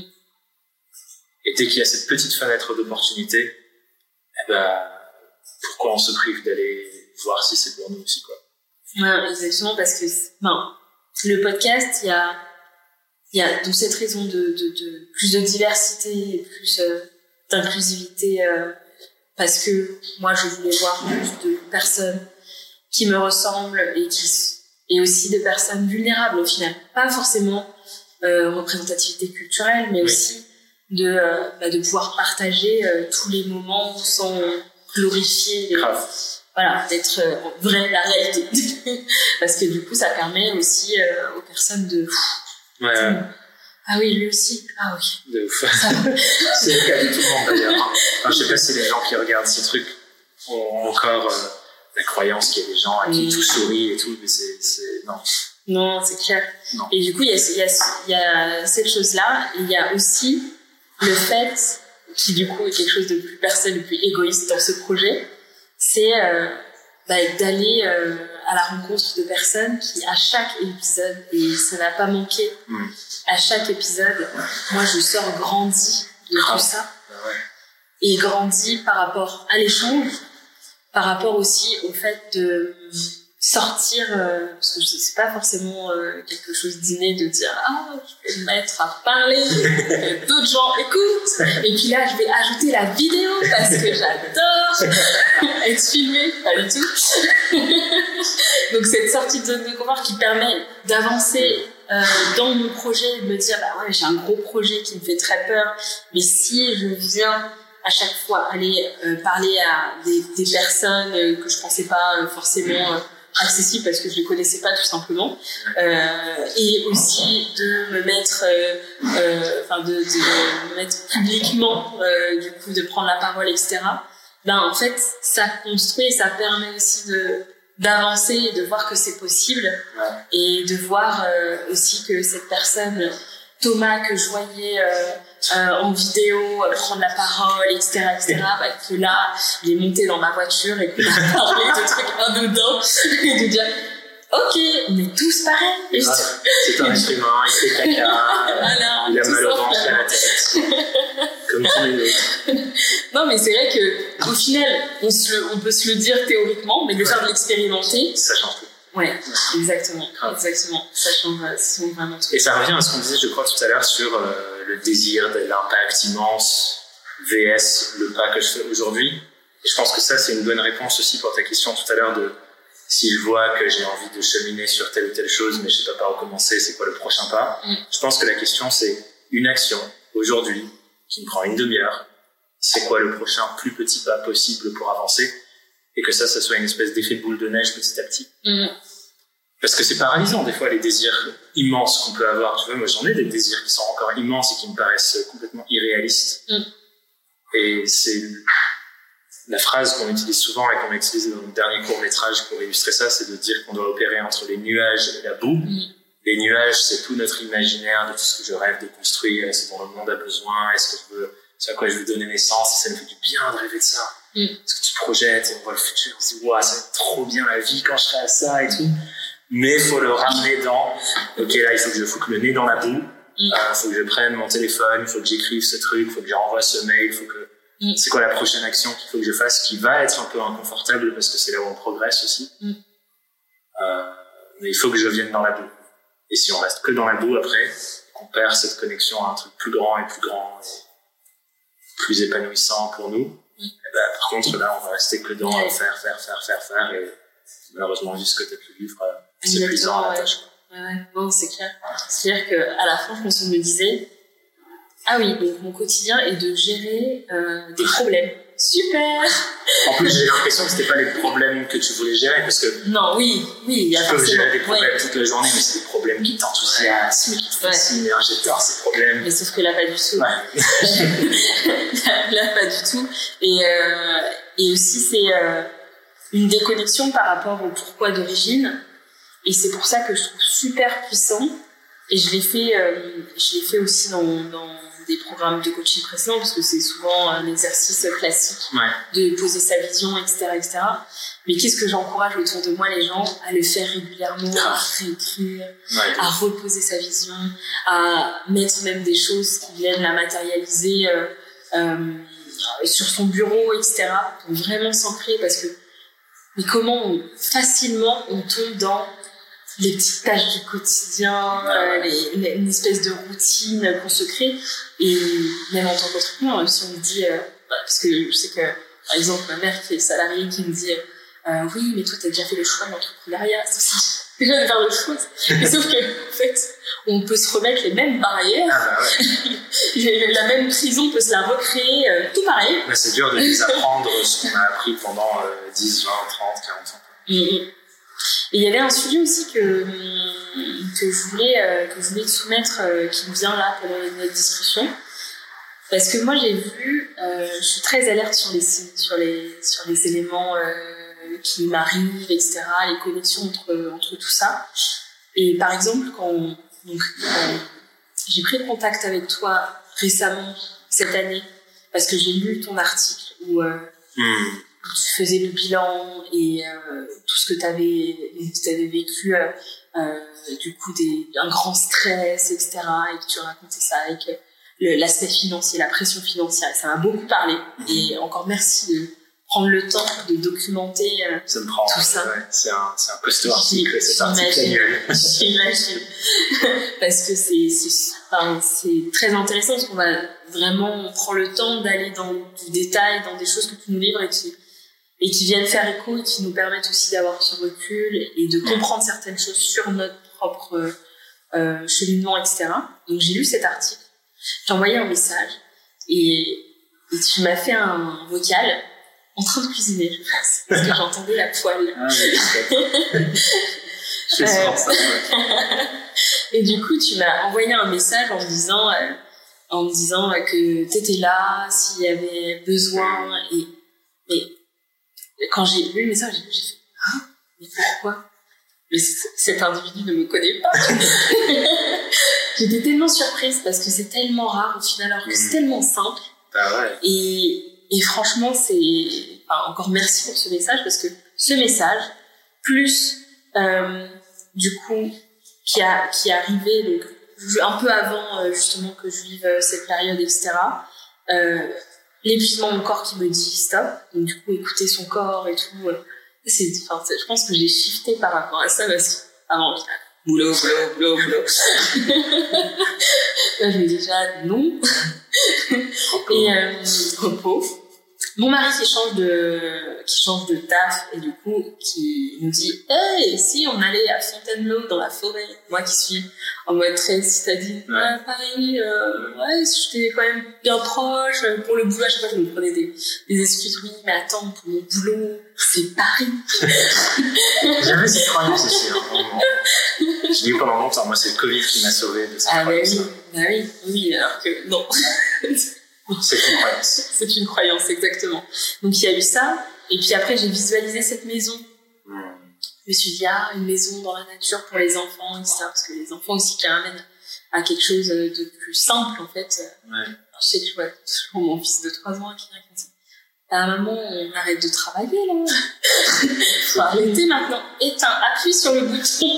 Et dès qu'il y a cette petite fenêtre d'opportunité, eh ben, pourquoi on se prive d'aller voir si c'est pour nous aussi, quoi. Ouais, exactement, parce que, ben, le podcast, il y a, il y a d'où cette raison de, de, de plus de diversité, plus euh, d'inclusivité, euh, parce que moi, je voulais voir plus de personnes qui me ressemblent et qui, et aussi de personnes vulnérables au final. Pas forcément euh, représentativité culturelle, mais oui. aussi de, euh, bah, de pouvoir partager euh, tous les moments sans glorifier les, voilà, d'être euh, vrai la réalité. Parce que du coup, ça permet aussi euh, aux personnes de, ouais, ouais. Ah oui, lui aussi. Ah ok. De ouf. C'est le cas de tout le monde d'ailleurs. Enfin, je sais pas si les gens qui regardent ces trucs ont encore euh, la croyance qu'il y a des gens à qui mmh. tout sourit et tout, mais c'est, c'est... non. Non, c'est clair. Non. Et du coup, il y a, il y, a, il y a cette chose-là. Il y a aussi le fait, qui du coup est quelque chose de plus personnel, de plus égoïste dans ce projet, c'est euh, bah, d'aller euh, à la rencontre de personnes qui, à chaque épisode, et ça n'a pas manqué, mmh. à chaque épisode, moi je sors grandi de ah. tout ça. Ah ouais. Et grandi par rapport à l'échange, par rapport aussi au fait de sortir, euh, parce que c'est pas forcément euh, quelque chose d'inné de dire « Ah, je vais me mettre à parler, d'autres gens écoutent, et puis là, je vais ajouter la vidéo parce que j'adore être filmée. » Pas du tout. Donc, cette sortie de zone de confort qui permet d'avancer euh, dans mon projet, de me dire « Bah ouais, j'ai un gros projet qui me fait très peur, mais si je viens à chaque fois aller euh, parler à des, des personnes euh, que je pensais pas euh, forcément... Euh, accessible parce que je les connaissais pas tout simplement euh, et aussi de me mettre euh, enfin euh, de, de me mettre publiquement euh, du coup de prendre la parole etc ben en fait ça construit et ça permet aussi de d'avancer et de voir que c'est possible ouais. et de voir euh, aussi que cette personne Thomas que je voyais euh, euh, en vidéo euh, prendre la parole, et cetera, et cetera, bah, que là, il est monté dans ma voiture et qu'il a parlé de trucs anodins et de dire ok, on est tous pareils. Et ah, c'est un être humain, il fait caca, voilà, il a mal au ventre, il a la tête, comme tous les autres. Non, mais c'est vrai que au final, on, se le, on peut se le dire théoriquement, mais de ouais. faire de l'expérimenter, ça change tout. Ouais, exactement, exactement. Ça change, ça change vraiment tout. Et ça revient à ce qu'on disait, je crois, tout à l'heure sur euh, le désir de l'impact immense V S le pas que je fais aujourd'hui. Et je pense que ça, c'est une bonne réponse aussi pour ta question tout à l'heure de s'il voit que j'ai envie de cheminer sur telle ou telle chose, mais je sais pas par où commencer, c'est quoi le prochain pas. Mm. Je pense que la question, c'est une action aujourd'hui qui me prend une demi-heure. C'est quoi le prochain plus petit pas possible pour avancer? Et que ça, ça soit une espèce d'effet de boule de neige petit à petit. Mmh. Parce que c'est paralysant, des fois, les désirs immenses qu'on peut avoir. Tu vois, moi, j'en ai des désirs qui sont encore immenses et qui me paraissent complètement irréalistes. Mmh. Et c'est la phrase qu'on utilise souvent et qu'on a utilisée dans le dernier court-métrage pour illustrer ça, c'est de dire qu'on doit opérer entre les nuages et la boue. Mmh. Les nuages, c'est tout notre imaginaire de tout ce que je rêve de construire, ce dont le monde a besoin, est-ce que je veux, c'est à quoi je veux donner naissance, et ça me fait du bien de rêver de ça. Mm. Parce que tu projettes, et on voit le futur, on se dit, wow, ça va être trop bien la vie quand je serai à ça et tout. Mais il faut le ramener dans, ok, là, il faut que je foutre le nez dans la boue, il mm. euh, faut que je prenne mon téléphone, il faut que j'écrive ce truc, il faut que j'envoie ce mail, il faut que, mm. c'est quoi la prochaine action qu'il faut que je fasse qui va être un peu inconfortable parce que c'est là où on progresse aussi. Mm. Euh, mais il faut que je vienne dans la boue. Et si on reste que dans la boue après, on perd cette connexion à un truc plus grand et plus grand et plus épanouissant pour nous. Mm. Et ben, par contre, là, on va rester que dans ouais. faire, faire, faire, faire, faire. Et malheureusement, vu ce que tu as pu vivre, c'est épuisant à la tâche. Ouais, ouais. Non, c'est clair. C'est-à-dire qu'à la fin, je pense qu'on me disait, ah oui, donc mon quotidien est de gérer euh, des problèmes. Super! En plus, j'ai l'impression que c'était pas les problèmes que tu voulais gérer, parce que. Non, oui, oui, il y a tu peux gérer des problèmes ouais. toute la journée, mais c'est des problèmes qui t'enthousiasment, qui te fascinent, ouais. j'adore ces problèmes. Mais sauf que là, pas du tout. Ouais. là, là, pas du tout. Et, euh, et aussi, c'est euh, une déconnexion par rapport au pourquoi d'origine. Et c'est pour ça que je trouve super puissant. Et je l'ai fait, euh, je l'ai fait aussi dans, dans des programmes de coaching précédents, parce que c'est souvent un exercice classique ouais. de poser sa vision, et cetera, et cetera. Mais qu'est-ce que j'encourage autour de moi les gens à le faire régulièrement, à réécrire, ouais, à reposer sa vision, à mettre même des choses qui viennent la matérialiser euh, euh, sur son bureau, et cetera. Donc vraiment s'ancrer, parce que mais comment on, facilement on tombe dans les petites tâches du quotidien, euh, les, les, une espèce de routine qu'on se crée. Et même en tant qu'entrepreneur, même si on me dit, euh, parce que je sais que, par exemple, ma mère qui est salariée, qui me dit, euh, oui, mais toi, t'as déjà fait le choix de l'entrepreneuriat, c'est aussi déjà de faire le choix. Mais sauf que, en fait, on peut se remettre les mêmes barrières, ah bah ouais. la même prison peut se la recréer, euh, tout pareil. Mais c'est dur de désapprendre ce qu'on a appris pendant euh, dix, vingt, trente, quarante ans. Mm-hmm. Et il y avait un sujet aussi que, que que je voulais, euh, que je voulais te soumettre, euh, qui me vient là pendant notre discussion. Parce que moi, j'ai vu, euh, je suis très alerte sur les signes, sur les, sur les éléments euh, qui m'arrivent, et cetera, les connexions entre, entre tout ça. Et par exemple, quand, donc, quand j'ai pris contact avec toi récemment, cette année, parce que j'ai lu ton article où, euh, mmh. où tu faisais le bilan et euh, tout ce que tu avais vécu, euh, euh, du coup, des, un grand stress, et cetera, et que tu racontais ça avec l'aspect financier, la pression financière. Ça m'a beaucoup parlé. Mmh. Et encore merci de prendre le temps de documenter euh, ça me prend, tout ça. Ouais, c'est un, un costaud article, cet article annuel. J'imagine. Parce que c'est enfin, très intéressant parce qu'on va vraiment, on prend le temps d'aller dans du détail, dans des choses que tu nous livres et qui, et qui viennent faire écho et qui nous permettent aussi d'avoir ce recul et de comprendre certaines choses sur notre propre euh, cheminement, et cetera. Donc j'ai lu cet article, j'ai envoyé un message et, et tu m'as fait un vocal en train de cuisiner, je pense, parce que j'entendais la poêle. Ah, oui, je sens ça. Ouais. Et du coup, tu m'as envoyé un message en me disant, euh, en me disant que t'étais là, s'il y avait besoin. Et, et quand j'ai lu le message, j'ai fait, ah, mais pourquoi? Mais cet individu ne me connaît pas. J'étais tellement surprise parce que c'est tellement rare au final, alors que mmh. c'est tellement simple. Ah ouais. Et Et franchement, c'est enfin, encore merci pour ce message parce que ce message, plus euh, du coup qui a qui est arrivé donc un peu avant euh, justement que je vive euh, cette période, et cetera. Euh, l'épuisement de mon corps qui me dit stop. Donc du coup écouter son corps et tout. Euh, c'est enfin je pense que j'ai shifté par rapport à ça parce que avant boulot boulot boulot boulot. Là je me dis déjà non. Et euh, repos. Mon mari qui change de qui change de taf et du coup qui nous dit hey si on allait à Fontainebleau dans la forêt, moi qui suis en mode très citadine, ouais. ah, Paris euh, ouais j'étais quand même bien proche pour le boulot, à chaque fois je me prenais des, des excuses, oui mais attends pour mon boulot c'est Paris. J'avais cette croyance aussi hein, je dis pendant longtemps, moi c'est le Covid qui m'a sauvé de cette ah, croyance. Bah oui, bah oui, oui alors que non. C'est une croyance. C'est une croyance, exactement. Donc il y a eu ça, et puis après j'ai visualisé cette maison. Mmh. Je me suis dit, ah, une maison dans la nature pour les enfants, et cetera. Parce que les enfants aussi qui ramènent à quelque chose de plus simple, en fait. Ouais. Je sais que je vois toujours mon fils de trois ans qui vient qui me dit, ah, maman, on arrête de travailler là. Faut arrêter maintenant. Éteins, appuie sur le bouton.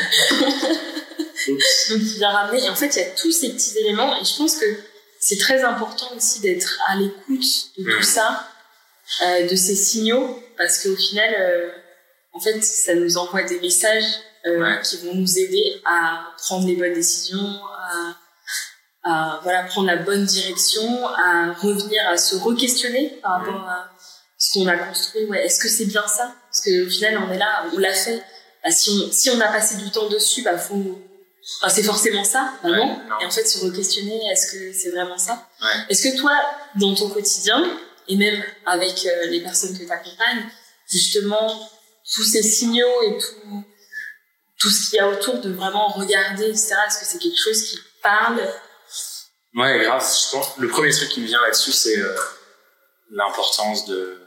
Donc il vient ramener, et en fait il y a tous ces petits éléments, et je pense que c'est très important aussi d'être à l'écoute de tout ça, euh, de ces signaux, parce qu'au final, euh, en fait, ça nous envoie des messages euh, ouais. qui vont nous aider à prendre les bonnes décisions, à, à voilà, prendre la bonne direction, à revenir, à se re-questionner par rapport à ce qu'on a construit. Ouais, est-ce que c'est bien ça? Parce qu'au final, on est là, on l'a fait. Bah, si, on, si on a passé du temps dessus, bah faut... Enfin, c'est forcément ça, bah ouais, non. non. Et en fait, se re-questionner, est-ce que c'est vraiment ça? Ouais. Est-ce que toi, dans ton quotidien, et même avec euh, les personnes que tu accompagnes, justement, tous ces signaux et tout, tout ce qu'il y a autour de vraiment regarder, et cetera, est-ce que c'est quelque chose qui parle? Ouais, grave. Je pense, le premier truc qui me vient là-dessus, c'est euh, l'importance de,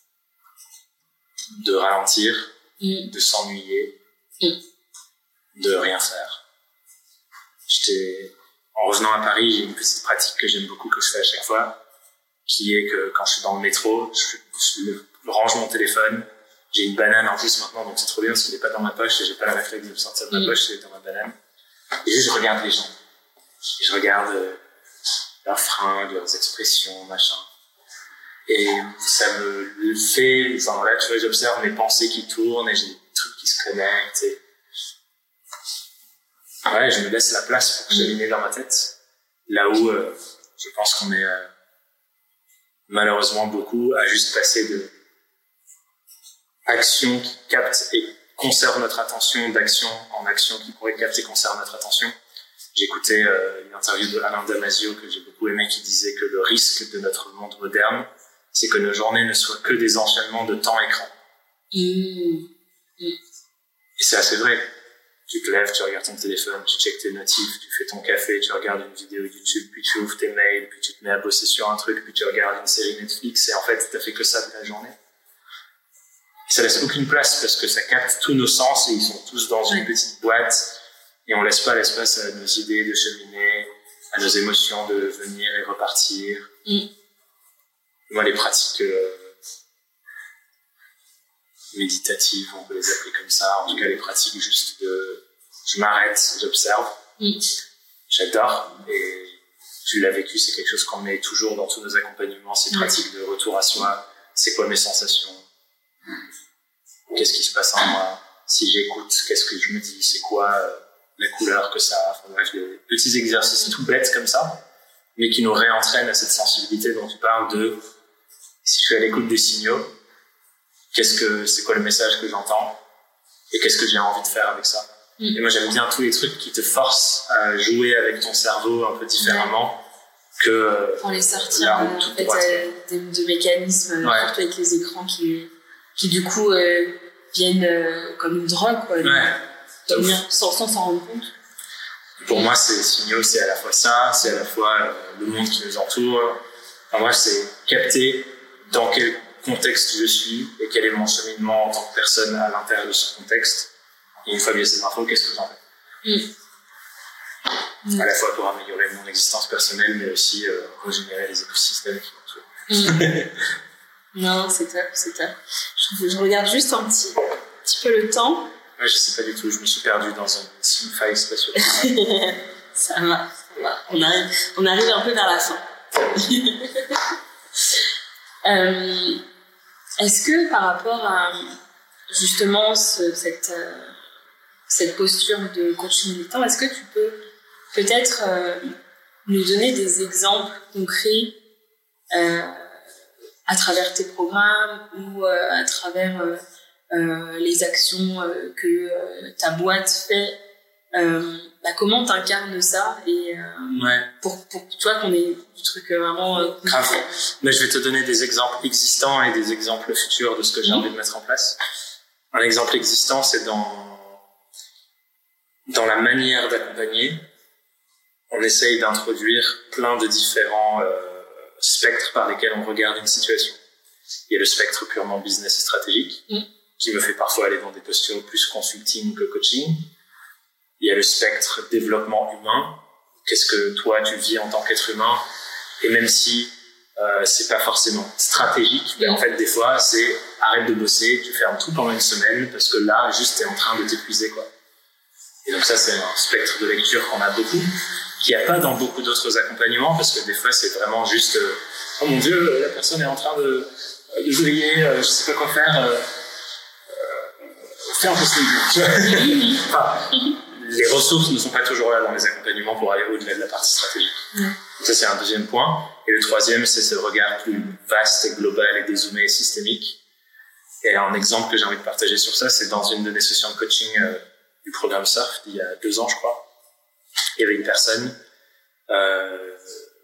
de ralentir, mmh. de s'ennuyer, mmh. de rien faire. J'étais, en revenant à Paris, j'ai une petite pratique que j'aime beaucoup, que je fais à chaque fois, qui est que quand je suis dans le métro, je, je range mon téléphone, j'ai une banane en plus maintenant, donc c'est trop bien parce qu'il n'est pas dans ma poche et j'ai pas la réflexe de le sortir de ma mmh. poche, c'est dans ma banane. Et juste, je regarde les gens. Et je regarde euh, leurs fringues, leurs expressions, machin. Et ça me le fait, enfin là, tu vois, j'observe mes pensées qui tournent et j'ai des trucs qui se connectent et ouais, je me laisse la place pour cheminer dans ma tête. Là où euh, je pense qu'on est euh, malheureusement beaucoup à juste passer de actions qui captent et conservent notre attention, d'action en action qui pourraient capter et conserver notre attention. J'écoutais euh, une interview de Alain Damasio que j'ai beaucoup aimé qui disait que le risque de notre monde moderne, c'est que nos journées ne soient que des enchaînements de temps écran. Mmh. Mmh. Et c'est assez vrai. Tu te lèves, tu regardes ton téléphone, tu checkes tes notifs, tu fais ton café, tu regardes une vidéo YouTube, puis tu ouvres tes mails, puis tu te mets à bosser sur un truc, puis tu regardes une série Netflix, et en fait, t'as fait que ça de la journée. Et ça laisse aucune place, parce que ça capte tous nos sens, et ils sont tous dans une petite boîte, et on laisse pas l'espace à nos idées de cheminer, à nos émotions de venir et repartir. Mm. Moi, les pratiques euh, méditatives, on peut les appeler comme ça, en tout cas les pratiques juste de je m'arrête, j'observe, mm. j'adore, et tu l'as vécu, c'est quelque chose qu'on met toujours dans tous nos accompagnements, ces pratiques de retour à soi, c'est quoi mes sensations, qu'est-ce qui se passe en moi, si j'écoute, qu'est-ce que je me dis, c'est quoi euh, la couleur que ça a, enfin bref, des petits exercices tout bêtes comme ça, mais qui nous réentraînent à cette sensibilité dont tu parles de si je suis à l'écoute des signaux, qu'est-ce que, c'est quoi le message que j'entends et qu'est-ce que j'ai envie de faire avec ça. Mm. Et moi, j'aime bien tous les trucs qui te forcent à jouer avec ton cerveau un peu différemment ouais. que pour les sortir euh, en fait, euh, de, de mécanismes, ouais. surtout avec les écrans qui, qui du coup euh, viennent euh, comme une drogue, quoi, ouais. de, sans s'en rendre compte. Pour moi, ces signaux, c'est à la fois ça, c'est à la fois euh, le monde qui nous entoure. Enfin, moi, c'est capter dans quel contexte je suis et quel est mon cheminement en tant que personne à l'intérieur de ce contexte. Et une fois que j'ai ces infos, qu'est-ce que j'en fais mm. À la fois pour améliorer mon existence personnelle, mais aussi euh, régénérer les écosystèmes qui m'entourent. Mm. Non, c'est top, c'est top. Je, je regarde juste un petit, un petit peu le temps. Ouais, je sais pas du tout, je me suis perdu dans une faille spatiale. Ça va, ça va. On arrive, on arrive un peu vers la fin. euh, est-ce que par rapport à justement ce, cette, euh, cette posture de coach militant, est-ce que tu peux peut-être euh, nous donner des exemples concrets euh, à travers tes programmes ou euh, à travers euh, euh, les actions euh, que euh, ta boîte fait, euh, bah, comment t'incarnes ça et euh, ouais. pour, pour toi qu'on ait du truc vraiment euh, grave. Mais je vais te donner des exemples existants et des exemples futurs de ce que j'ai mmh. envie de mettre en place. Un exemple existant, c'est dans dans la manière d'accompagner. On essaye d'introduire plein de différents euh, spectres par lesquels on regarde une situation. Il y a le spectre purement business et stratégique, mmh. qui me fait parfois aller dans des postures plus consulting que coaching. Il y a le spectre développement humain. Qu'est-ce que toi, tu vis en tant qu'être humain? Et même si euh, c'est pas forcément stratégique, mais en fait, des fois, c'est arrête de bosser, tu fermes tout pendant une semaine, parce que là, juste, t'es en train de t'épuiser, quoi. Et donc ça, c'est un spectre de lecture qu'on a beaucoup, qu'il n'y a pas dans beaucoup d'autres accompagnements, parce que des fois, c'est vraiment juste euh, oh mon Dieu, la personne est en train de, de vriller, euh, je sais pas quoi faire, euh, euh, fais un peu ce enfin, les ressources ne sont pas toujours là dans les accompagnements pour aller au-delà de la partie stratégique. Mmh. Ça, c'est un deuxième point. Et le troisième, c'est ce regard plus vaste et global et dézoomé et systémique. Et un exemple que j'ai envie de partager sur ça, c'est dans une de mes sessions de coaching euh, du programme Surf, il y a deux ans, je crois. Il y avait une personne euh,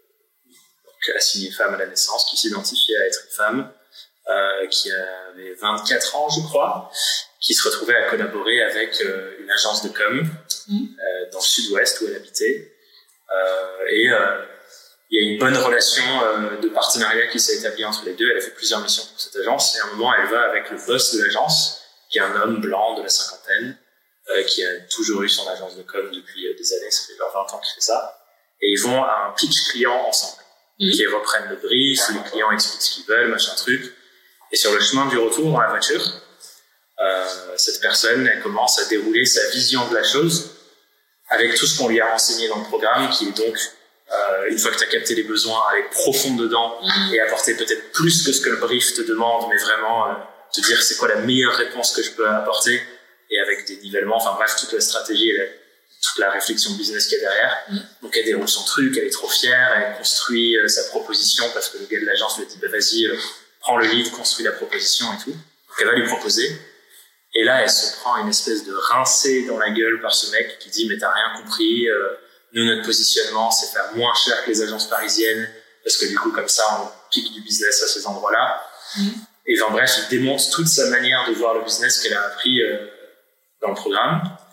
donc, assignée femme à la naissance, qui s'identifiait à être une femme, euh, qui avait vingt-quatre ans, je crois, qui se retrouvait à collaborer avec euh, une agence de com mmh. euh, dans le sud-ouest où elle habitait. Euh, et euh, il y a une bonne relation euh, de partenariat qui s'est établie entre les deux. Elle a fait plusieurs missions pour cette agence. Et à un moment, elle va avec le boss de l'agence, qui est un homme blanc de la cinquantaine, euh, qui a toujours eu son agence de com depuis euh, des années. Ça fait genre vingt ans qu'il fait ça. Et ils vont à un pitch client ensemble. Mmh. Qui reprennent le brief, les clients expliquent ce qu'ils veulent, machin truc. Et sur le chemin du retour dans la voiture, Euh, cette personne, elle commence à dérouler sa vision de la chose avec tout ce qu'on lui a renseigné dans le programme, qui est donc, euh, une fois que tu as capté les besoins, aller profond dedans mmh. et apporter peut-être plus que ce que le brief te demande, mais vraiment euh, te dire c'est quoi la meilleure réponse que je peux apporter, et avec des nivellements, enfin bref, toute la stratégie et la, toute la réflexion business qu'il y a derrière. Mmh. Donc elle déroule son truc, elle est trop fière, elle construit euh, sa proposition parce que le gars de l'agence lui dit bah vas-y, euh, prends le lead, construis la proposition et tout. Donc elle va lui proposer. Et là, elle se prend une espèce de rincée dans la gueule par ce mec qui dit « Mais t'as rien compris, euh, nous, notre positionnement, c'est faire moins cher que les agences parisiennes, parce que du coup, comme ça, on pique du business à ces endroits-là. Mmh. » Et en bref, il démonte toute sa manière de voir le business qu'elle a appris euh, dans le programme.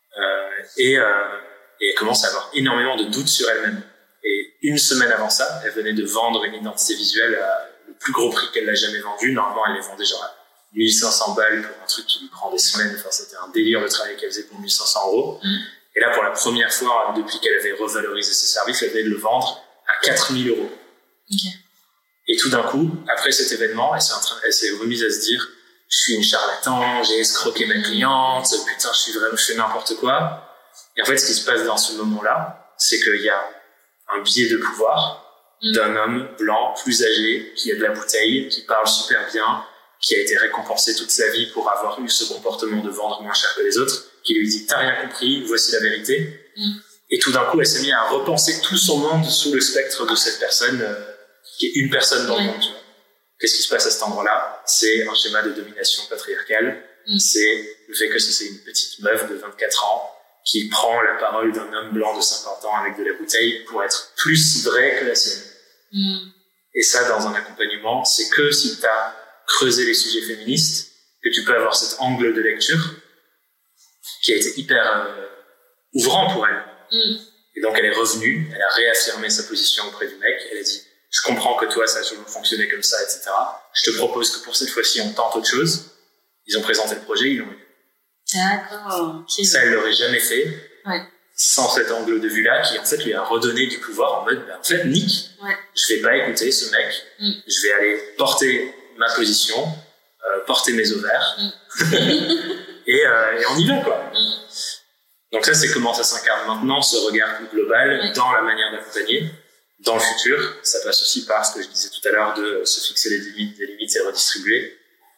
euh, et, euh, et elle commence à avoir énormément de doutes sur elle-même. Et une semaine avant ça, elle venait de vendre une identité visuelle à le plus gros prix qu'elle n'a jamais vendu. Normalement, elle les vendait genre à mille cinq cents balles pour un truc qui lui prend des semaines. Enfin, c'était un délire le travail qu'elle faisait pour mille cinq cents euros. Mmh. Et là, pour la première fois, depuis qu'elle avait revalorisé ses services, elle venait de le vendre à quatre mille euros. Okay. Et tout d'un coup, après cet événement, elle s'est, en train, elle s'est remise à se dire, je suis une charlatan, j'ai escroqué ma cliente, putain, je suis vraiment, je fais n'importe quoi. Et en fait, ce qui se passe dans ce moment-là, c'est qu'il y a un biais de pouvoir mmh. d'un homme blanc, plus âgé, qui a de la bouteille, qui parle super bien, qui a été récompensé toute sa vie pour avoir eu ce comportement de vendre moins cher que les autres, qui lui dit « t'as rien compris, voici la vérité mmh. ». Et tout d'un coup, elle s'est mise à repenser tout son monde sous le spectre de cette personne, euh, qui est une personne dans mmh. le monde. Tu vois. Qu'est-ce qui se passe à cet endroit-là ? C'est un schéma de domination patriarcale, mmh. c'est le fait que c'est une petite meuf de vingt-quatre ans qui prend la parole d'un homme blanc de cinquante ans avec de la bouteille pour être plus vrai que la sienne. Mmh. Et ça, dans un accompagnement, c'est que si tu as creusé les sujets féministes, que tu peux avoir cet angle de lecture qui a été hyper euh, ouvrant pour elle. Mmh. Et donc, elle est revenue, elle a réaffirmé sa position auprès du mec, elle a dit « Je comprends que toi, ça a toujours fonctionné comme ça, et cetera. Je te propose que pour cette fois-ci, on tente autre chose. » Ils ont présenté le projet, ils l'ont eu. D'accord. Okay. Ça, elle l'aurait jamais fait ouais. sans cet angle de vue-là qui, en fait, lui a redonné du pouvoir en mode, bah, en fait, nique. Ouais. Je vais pas écouter ce mec. Mm. Je vais aller porter ma position, euh, porter mes ovaires. Mm. et, euh, et on y va, quoi. Mm. Donc ça, c'est comment ça s'incarne maintenant, ce regard plus global ouais. dans la manière d'accompagner. Dans le futur, ça passe aussi par ce que je disais tout à l'heure de se fixer les limites, des limites et redistribuer.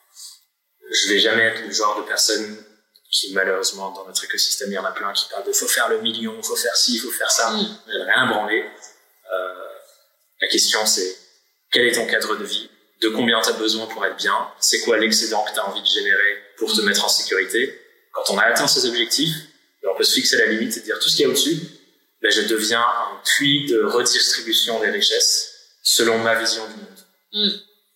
Je vais jamais être le genre de personne qui, malheureusement, dans notre écosystème, il y en a plein qui parlent de « faut faire le million, faut faire ci, faut faire ça mm. ». Je n'ai rien branlé. Euh, la question, c'est quel est ton cadre de vie ? De combien tu as besoin pour être bien ? C'est quoi l'excédent que tu as envie de générer pour te mettre en sécurité ? Quand on a atteint ces objectifs, on peut se fixer la limite et dire tout ce qu'il y a au-dessus, ben je deviens un puits de redistribution des richesses selon ma vision du monde. Mm.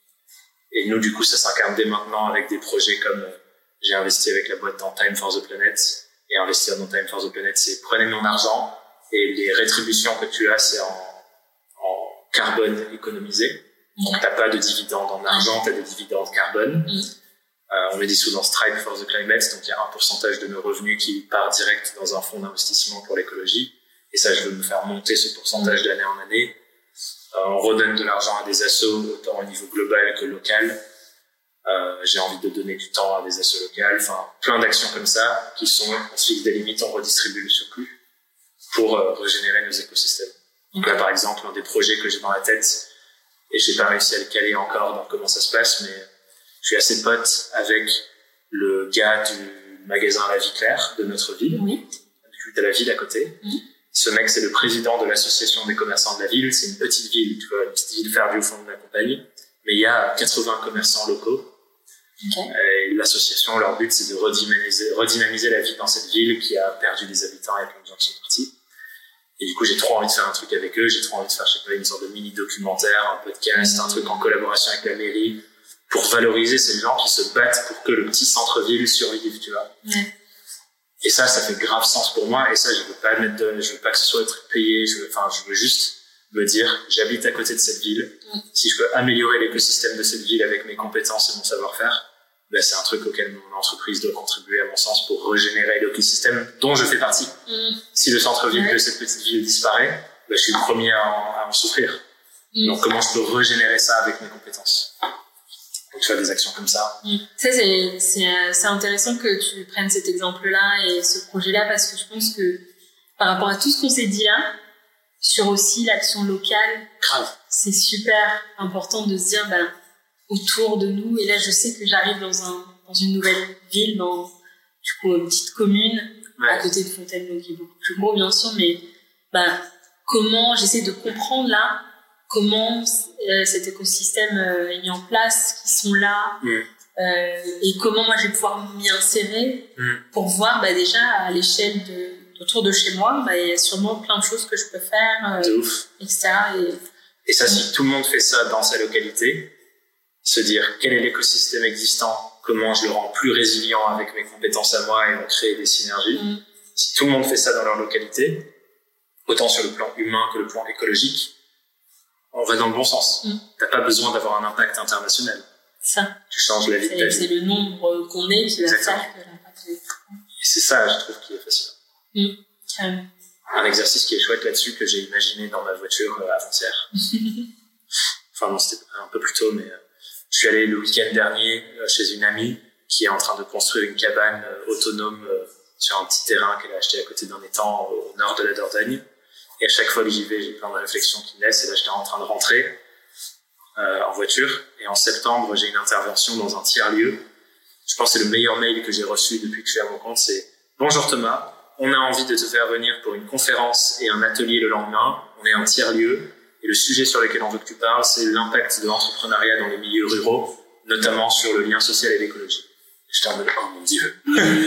Et nous, du coup, ça s'incarne dès maintenant avec des projets comme euh, j'ai investi avec la boîte dans Time for the Planet. Et investir dans Time for the Planet, c'est prenez mon argent et les rétributions que tu as, c'est en, en carbone économisé. Mm. Donc, t'as pas de dividendes en argent, t'as des dividendes carbone. Mm. Euh, on est dissous dans Stripe for the Climate, donc il y a un pourcentage de nos revenus qui part direct dans un fonds d'investissement pour l'écologie. Et ça, je veux me faire monter ce pourcentage d'année en année. Euh, on redonne de l'argent à des assos, autant au niveau global que local. Euh, j'ai envie de donner du temps à des assos locales. Enfin, plein d'actions comme ça qui sont, on se fixe des limites, on redistribue le surplus pour euh, régénérer nos écosystèmes. Donc là, par exemple, un des projets que j'ai dans la tête, et j'ai pas réussi à le caler encore dans comment ça se passe, mais je suis assez pote avec le gars du magasin La Vie Claire de notre ville, oui. de la ville à côté. Mm. Ce mec, c'est le président de l'association des commerçants de la ville. C'est une petite ville, tu vois, une petite ville perdue au fond de la campagne. Mais il y a quatre-vingts commerçants locaux. Okay. Et l'association, leur but, c'est de redynamiser, redynamiser la vie dans cette ville qui a perdu des habitants et plein de gens qui sont partis. Et du coup, j'ai trop envie de faire un truc avec eux. J'ai trop envie de faire, je sais pas, une sorte de mini-documentaire, un podcast, mmh. un truc en collaboration avec la mairie pour valoriser ces gens qui se battent pour que le petit centre-ville survive, tu vois. Mmh. Et ça, ça fait grave sens pour moi. Et ça, je veux pas mettre de, je veux pas que ce soit être payé. Je veux, enfin, je veux juste me dire, j'habite à côté de cette ville. Mmh. Si je peux améliorer l'écosystème de cette ville avec mes compétences et mon savoir-faire, ben, c'est un truc auquel mon entreprise doit contribuer, à mon sens, pour régénérer l'écosystème dont je fais partie. Mmh. Si le centre-ville ouais. de cette petite ville disparaît, ben, je suis le premier à en, à en souffrir. Mmh. Donc, comment je peux régénérer ça avec mes compétences? Donc, tu fais des actions comme ça. Mmh. Ça, c'est, c'est, c'est intéressant que tu prennes cet exemple-là et ce projet-là, parce que je pense que par rapport à tout ce qu'on s'est dit là, sur aussi l'action locale, grave. C'est super important de se dire, ben, autour de nous, et là je sais que j'arrive dans un dans une nouvelle ville, dans du coup une petite commune ouais. à côté de Fontainebleau qui est beaucoup plus gros bien sûr, mais bah comment j'essaie de comprendre là comment euh, cet écosystème euh, est mis en place, qui sont là mm. euh, et comment moi je vais pouvoir m'y insérer mm. pour voir bah déjà à l'échelle de autour de chez moi, bah il y a sûrement plein de choses que je peux faire, euh, et cetera. Et, et ça, si tout le monde fait ça dans sa localité, se dire quel est l'écosystème existant, comment je le rends plus résilient avec mes compétences à moi et on crée des synergies, mmh. Si tout le monde fait ça dans leur localité, autant sur le plan humain que le plan écologique, on va dans le bon sens. Mm. T'as pas besoin d'avoir un impact international. Ça. Tu changes la vie de ta vie. C'est le nombre qu'on est qui va faire que l'impact est... Et c'est ça, je trouve, qui est fascinant. Mm. Carrément. Un exercice qui est chouette là-dessus que j'ai imaginé dans ma voiture euh, avant-hier. Enfin non, c'était un peu plus tôt, mais euh, je suis allé le week-end dernier euh, chez une amie qui est en train de construire une cabane euh, autonome euh, sur un petit terrain qu'elle a acheté à côté d'un étang au nord de la Dordogne. Et à chaque fois que j'y vais, j'ai plein de réflexions qui me laissent. Et là, j'étais en train de rentrer euh, en voiture. Et en septembre, j'ai une intervention dans un tiers-lieu. Je pense que c'est le meilleur mail que j'ai reçu depuis que je suis à mon compte. C'est « Bonjour Thomas, on a envie de te faire venir pour une conférence et un atelier le lendemain. On est un tiers-lieu. Et le sujet sur lequel on veut que tu parles, c'est l'impact de l'entrepreneuriat dans les milieux ruraux, notamment sur le lien social et l'écologie. » J'étais en mode « Oh mon Dieu !»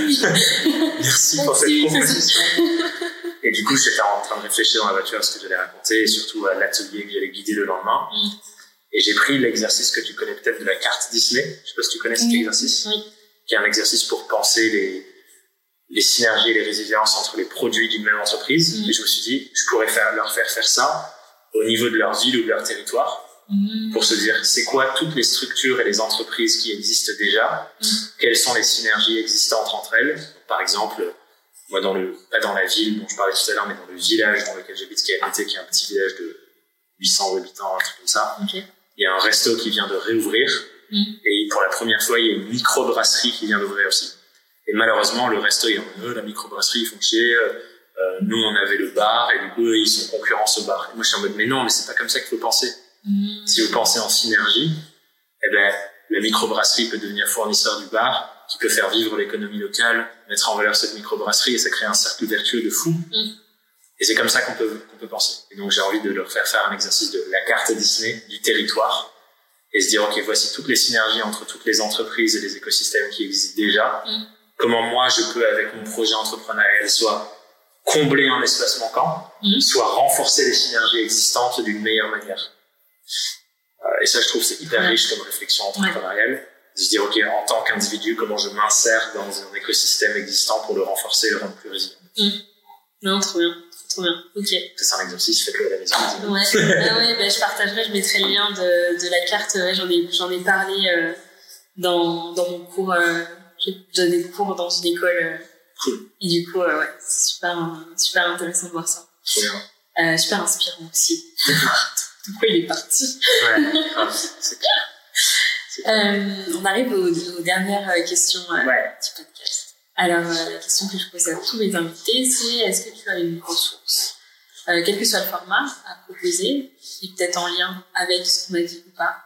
Merci pour cette proposition. Et du coup, j'étais en train de réfléchir dans la voiture à ce que j'allais raconter et surtout à l'atelier que j'allais guider le lendemain. Mm. Et j'ai pris l'exercice que tu connais peut-être de la carte Disney. Je sais pas si tu connais cet mm. exercice. Oui. Qui est un exercice pour penser les, les synergies et les résiliences entre les produits d'une même entreprise. Mm. Et je me suis dit, je pourrais faire, leur faire faire ça au niveau de leur ville ou de leur territoire. Mm. Pour se dire, c'est quoi toutes les structures et les entreprises qui existent déjà? Mm. Quelles sont les synergies existantes entre elles? Donc, par exemple, moi, dans le, pas dans la ville dont je parlais tout à l'heure, mais dans le village dans lequel j'habite, qui est à côté, qui est un petit village de huit cents habitants, un truc comme ça. Okay. Il y a un resto qui vient de réouvrir. Mm. Et pour la première fois, il y a une microbrasserie qui vient d'ouvrir aussi. Et malheureusement, le resto, il est en mode, la microbrasserie, ils font chier. Euh, nous, on avait le bar, et du coup, ils sont concurrence au bar. Et moi, je suis en mode, mais non, mais c'est pas comme ça qu'il faut penser. Mm. Si vous pensez en synergie, eh ben, la microbrasserie peut devenir fournisseur du bar, qui peut faire vivre l'économie locale, mettre en valeur cette microbrasserie, et ça crée un cercle vertueux de fou. Mm. Et c'est comme ça qu'on peut, qu'on peut penser. Et donc, j'ai envie de leur faire faire un exercice de la carte Disney du territoire, et se dire, OK, voici toutes les synergies entre toutes les entreprises et les écosystèmes qui existent déjà. Mm. Comment moi, je peux, avec mon projet entrepreneurial, soit combler un espace manquant, mm. soit renforcer les synergies existantes d'une meilleure manière. Euh, et ça, je trouve, c'est hyper ouais. riche comme réflexion entrepreneuriale. Ouais. De se dire, OK, en tant qu'individu, comment je m'insère dans un écosystème existant pour le renforcer et le rendre plus résilient. Mm. Non, trop bien. Trop bien. OK. C'est un exercice, faites-le à la maison. Ouais. ah ouais, bah, je partagerai, je mettrai le lien de, de la carte. Ouais, j'en ai, j'en ai parlé euh, dans, dans mon cours. Euh, j'ai donné des cours dans une école. Euh, cool. Et du coup, euh, ouais, c'est super, super intéressant de voir ça. Trop bien. Euh, super inspirant aussi. Pourquoi il est parti? Ouais, ah, c'est clair. Euh, on arrive aux, aux dernières questions euh, ouais. du podcast. Alors, euh, la question que je pose à tous mes invités, c'est est-ce que tu as une ressource, euh, quel que soit le format, à proposer, et peut-être en lien avec ce qu'on a dit ou pas?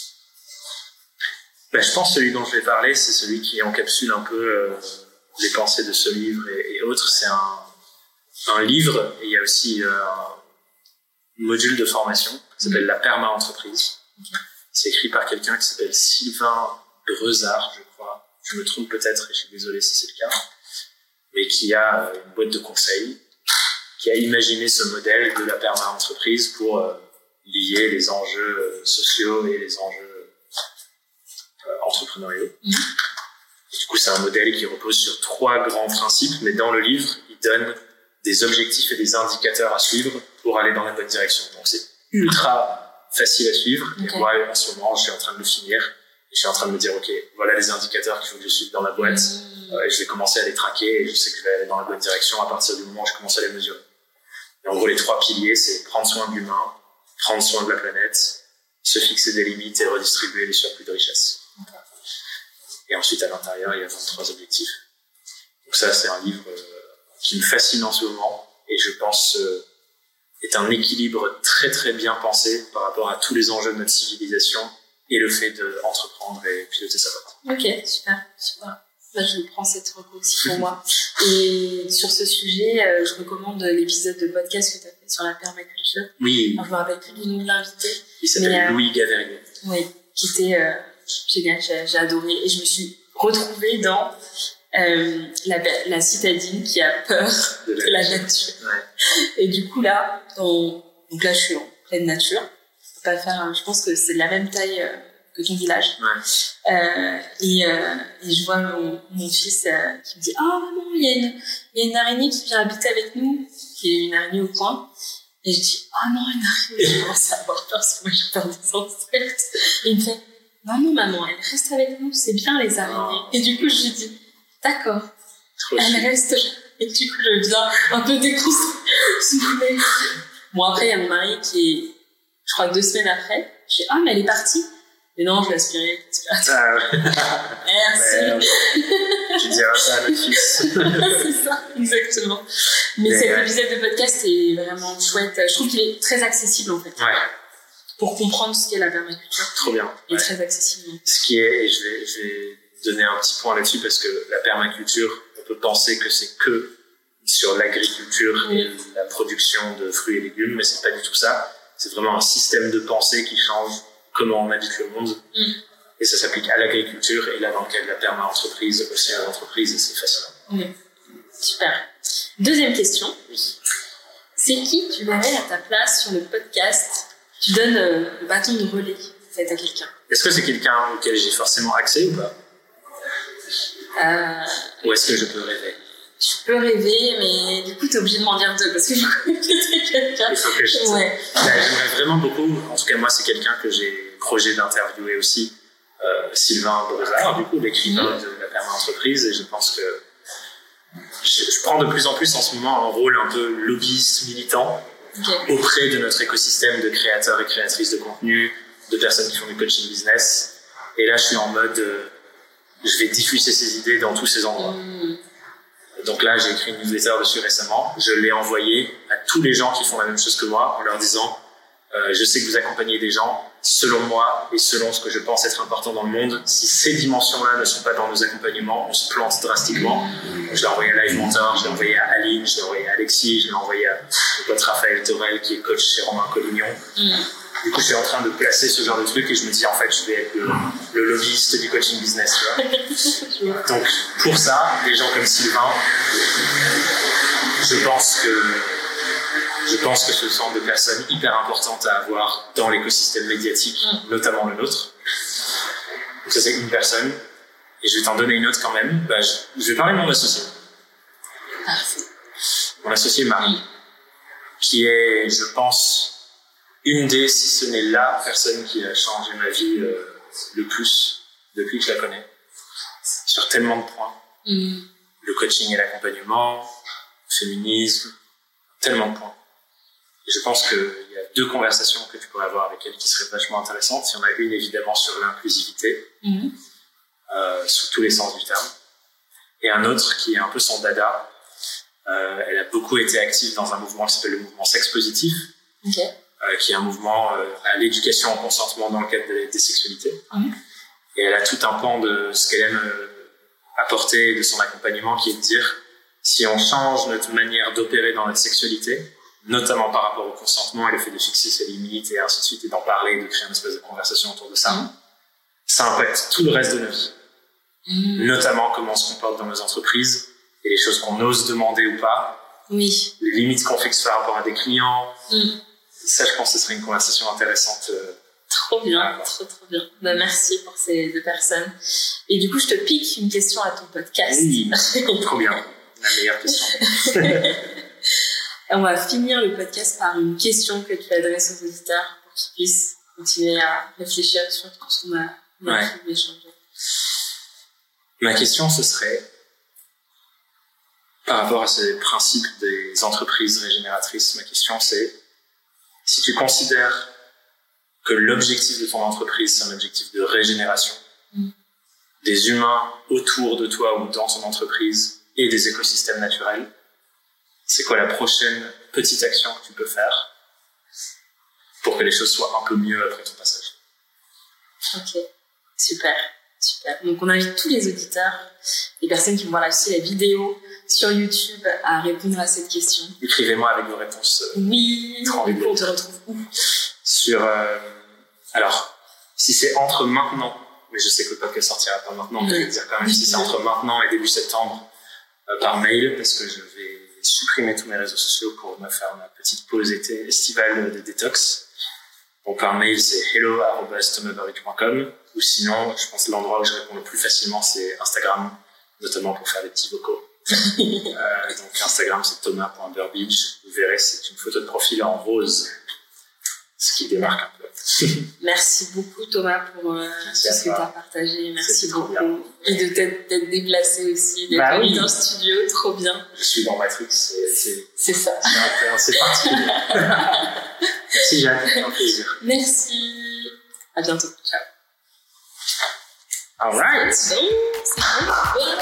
Ben, je pense que celui dont je vais parler, c'est celui qui encapsule un peu euh, les pensées de ce livre et, et autres. C'est un, un livre, et il y a aussi euh, un module de formation qui s'appelle mmh. La Perma-entreprise. Okay. C'est écrit par quelqu'un qui s'appelle Sylvain Brezard, je crois. Je me trompe peut-être, et je suis désolé si c'est le cas. Mais qui a une boîte de conseils, qui a imaginé ce modèle de la perma-entreprise pour euh, lier les enjeux euh, sociaux et les enjeux euh, entrepreneuriaux. Mmh. Du coup, c'est un modèle qui repose sur trois grands principes, mais dans le livre, il donne des objectifs et des indicateurs à suivre pour aller dans la bonne direction. Donc, c'est ultra facile à suivre. Okay. Et moi, en ce moment, je suis en train de le finir. Et je suis en train de me dire, OK, voilà les indicateurs qu'il faut que je suive dans la boîte. Mmh. Euh, et je vais commencer à les traquer et je sais que je vais aller dans la bonne direction à partir du moment où je commence à les mesurer. Et en gros, les trois piliers, c'est prendre soin de l'humain, prendre soin de la planète, se fixer des limites et redistribuer les surplus de richesse. Okay. Et ensuite, à l'intérieur, il y a vingt-trois objectifs. Donc ça, c'est un livre euh, qui me fascine en ce moment et je pense euh, est un équilibre très très bien pensé par rapport à tous les enjeux de notre civilisation et le fait d'entreprendre et piloter sa boîte. Ok, super, super. Bah, je prends cette recours aussi pour moi. Et sur ce sujet, euh, je recommande l'épisode de podcast que tu as fait sur la permaculture. Oui. Alors, je me rappelle plus du nom de l'invité. Il s'appelle mais, euh, Louis Gaverier. Oui, qui était euh, génial, j'ai, j'ai adoré. Et je me suis retrouvée dans euh, la, la citadine qui a peur de la, de la nature. Ouais. Et du coup, là, dans, donc là, je suis en pleine nature. Pas faire, je pense que c'est de la même taille que ton village. Ouais. Euh, et, euh, et je vois mon, mon fils euh, qui me dit « Ah oh, maman, il y a une, il y a une araignée qui vient habiter avec nous, qui est une araignée au coin. » Et je dis « Ah oh, non, une araignée !» Je commence à avoir peur parce que moi j'ai peur des insectes. Et il me fait « Non, non, maman, elle reste avec nous, c'est bien les araignées. » Et du coup, je lui dis « D'accord, Trop elle chou. reste. » Et du coup, je viens un peu déconstruire. Bon, après, il y a mon mari qui est, je crois, deux semaines après. Je dis « Ah, mais elle est partie. » Mais non, je l'ai aspirée. Ah ouais. Merci. Tu diras ça à notre fils. C'est ça, exactement. Mais, Mais cet ouais. épisode de podcast est vraiment chouette. Je trouve qu'il est très accessible, en fait. Ouais, Pour comprendre ce qu'est la permaculture. trop bien. Il est Ouais. très accessible. Donc. Ce qui est, et je vais, je vais donner un petit point là-dessus parce que la permaculture, on peut penser que c'est que sur l'agriculture Oui. et la production de fruits et légumes, mais c'est pas du tout ça. C'est vraiment un système de pensée qui change comment on habite le monde. Mm. Et ça s'applique à l'agriculture et là dans le cas de la perma-entreprise aussi à l'entreprise et c'est fascinant. Oui. Super. Deuxième question. C'est qui tu verrais à ta place sur le podcast? Tu donnes euh, le bâton de relais peut-être à quelqu'un. Est-ce que c'est quelqu'un auquel j'ai forcément accès ou pas? Euh, Ou est-ce que je peux rêver? tu peux rêver, mais du coup, t'es obligé de m'en dire deux parce que je connais que quelqu'un. Il faut que je... Ouais. Là, j'aimerais vraiment beaucoup, en tout cas moi c'est quelqu'un que j'ai projet d'interviewer aussi, euh, Sylvain Brezard, du coup l'écrivain Mmh. de la perma-entreprise, et je pense que je, je prends de plus en plus en ce moment un rôle un peu lobbyiste militant Ok. auprès de notre écosystème de créateurs et créatrices de contenu, de personnes qui font du coaching business, et là je suis en mode euh, je vais diffuser ces idées dans tous ces endroits. Mmh. Donc là, j'ai écrit une newsletter dessus récemment. Je l'ai envoyée à tous les gens qui font la même chose que moi en leur disant euh, je sais que vous accompagnez des gens selon moi et selon ce que je pense être important dans le monde. Si ces dimensions-là ne sont pas dans nos accompagnements, on se plante drastiquement. Je l'ai envoyé à Live Mentor, je l'ai envoyé à Aline, je l'ai envoyé à Alexis, je l'ai envoyé à mon pote Raphaël Torel qui est coach chez Romain Collignon. Mmh. Du coup, je suis en train de placer ce genre de truc et je me dis en fait, je vais être le, le lobbyiste du coaching business. Tu vois. Donc, pour ça, des gens comme Sylvain, je pense que je pense que ce sont des personnes hyper importantes à avoir dans l'écosystème médiatique, Mm. notamment le nôtre. Donc ça, c'est une personne. Et je vais t'en donner une autre quand même. Bah, je, je vais parler de mon associé. Parfait. Mon associé Marie, Mm. qui est, je pense, une des, si ce n'est la personne qui a changé ma vie euh, le plus depuis que je la connais, sur tellement de points. Mmh. Le coaching et l'accompagnement, le féminisme, tellement de points. Et je pense qu'il y a deux conversations que tu pourrais avoir avec elle qui seraient vachement intéressantes. Il y en a une évidemment sur l'inclusivité, Mmh. euh, sous tous les sens du terme, et un autre qui est un peu son dada. Euh, elle a beaucoup été active dans un mouvement qui s'appelle le mouvement sexe positif, Ok. euh, qui est un mouvement euh, à l'éducation au consentement dans le cadre de- des sexualités. Mmh. Et elle a tout un pan de ce qu'elle aime euh, apporter de son accompagnement, qui est de dire si on change notre manière d'opérer dans notre sexualité, notamment par rapport au consentement et le fait de fixer ses limites et ainsi de suite, et d'en parler, de créer une espèce de conversation autour de ça, Mmh. ça impacte tout le reste de nos vies. Mmh. Notamment comment on se comporte dans nos entreprises et les choses qu'on ose demander ou pas, Oui. les limites qu'on fixe par rapport à des clients. Mmh. Ça, je pense que ce serait une conversation intéressante. euh, Trop bien, trop trop bien. Bah, merci pour ces deux personnes. Et du coup, je te pique une question à ton podcast. Oui, trop bien. La meilleure question. Et on va finir le podcast par une question que tu adresses aux auditeurs pour qu'ils puissent continuer à réfléchir sur tout ce qu'on a, on a Ouais. pu échanger. Ma question, ce serait, par rapport à ces principes des entreprises régénératrices, ma question c'est, si tu considères que l'objectif de ton entreprise, c'est un objectif de régénération, Mm. des humains autour de toi ou dans ton entreprise et des écosystèmes naturels, c'est quoi la prochaine petite action que tu peux faire pour que les choses soient un peu mieux après ton passage? Ok, super, super. Donc on invite tous les auditeurs, les personnes qui vont voir aussi la vidéo sur YouTube à répondre à cette question. Écrivez-moi avec vos réponses euh, Oui, Trop du bien. coup on te retrouve où? sur... euh, alors, si c'est entre maintenant, mais je sais que le podcast sortira pas maintenant, mais je vais dire quand même, si c'est entre maintenant et début septembre, euh, par mail, parce que je vais supprimer tous mes réseaux sociaux pour me faire ma petite pause été estivale de détox. Donc par mail, c'est hello arobase thomas baruch point com, ou sinon, je pense que l'endroit où je réponds le plus facilement, c'est Instagram, notamment pour faire des petits vocaux. euh, donc Instagram, c'est thomas point burbidge. Vous verrez, c'est une photo de profil en rose, ce qui démarque un peu. Merci beaucoup Thomas pour euh, tout ce que tu as partagé. Merci beaucoup. Bien. Et de t'être, t'être déplacé aussi, d'être bah, mis oui. dans le studio, trop bien. Je suis dans Matrix, c'est, c'est, c'est ça. C'est, un, c'est particulier. Merci Jacques, c'est un plaisir. Merci. À bientôt. Ciao. All right. C'est bon, c'est bon.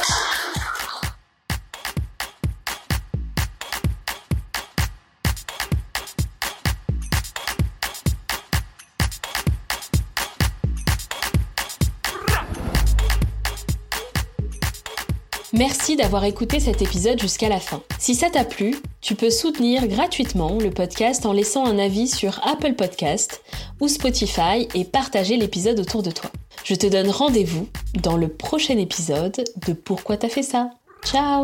Merci d'avoir écouté cet épisode jusqu'à la fin. Si ça t'a plu, tu peux soutenir gratuitement le podcast en laissant un avis sur Apple Podcast ou Spotify et partager l'épisode autour de toi. Je te donne rendez-vous dans le prochain épisode de Pourquoi t'as fait ça ? Ciao !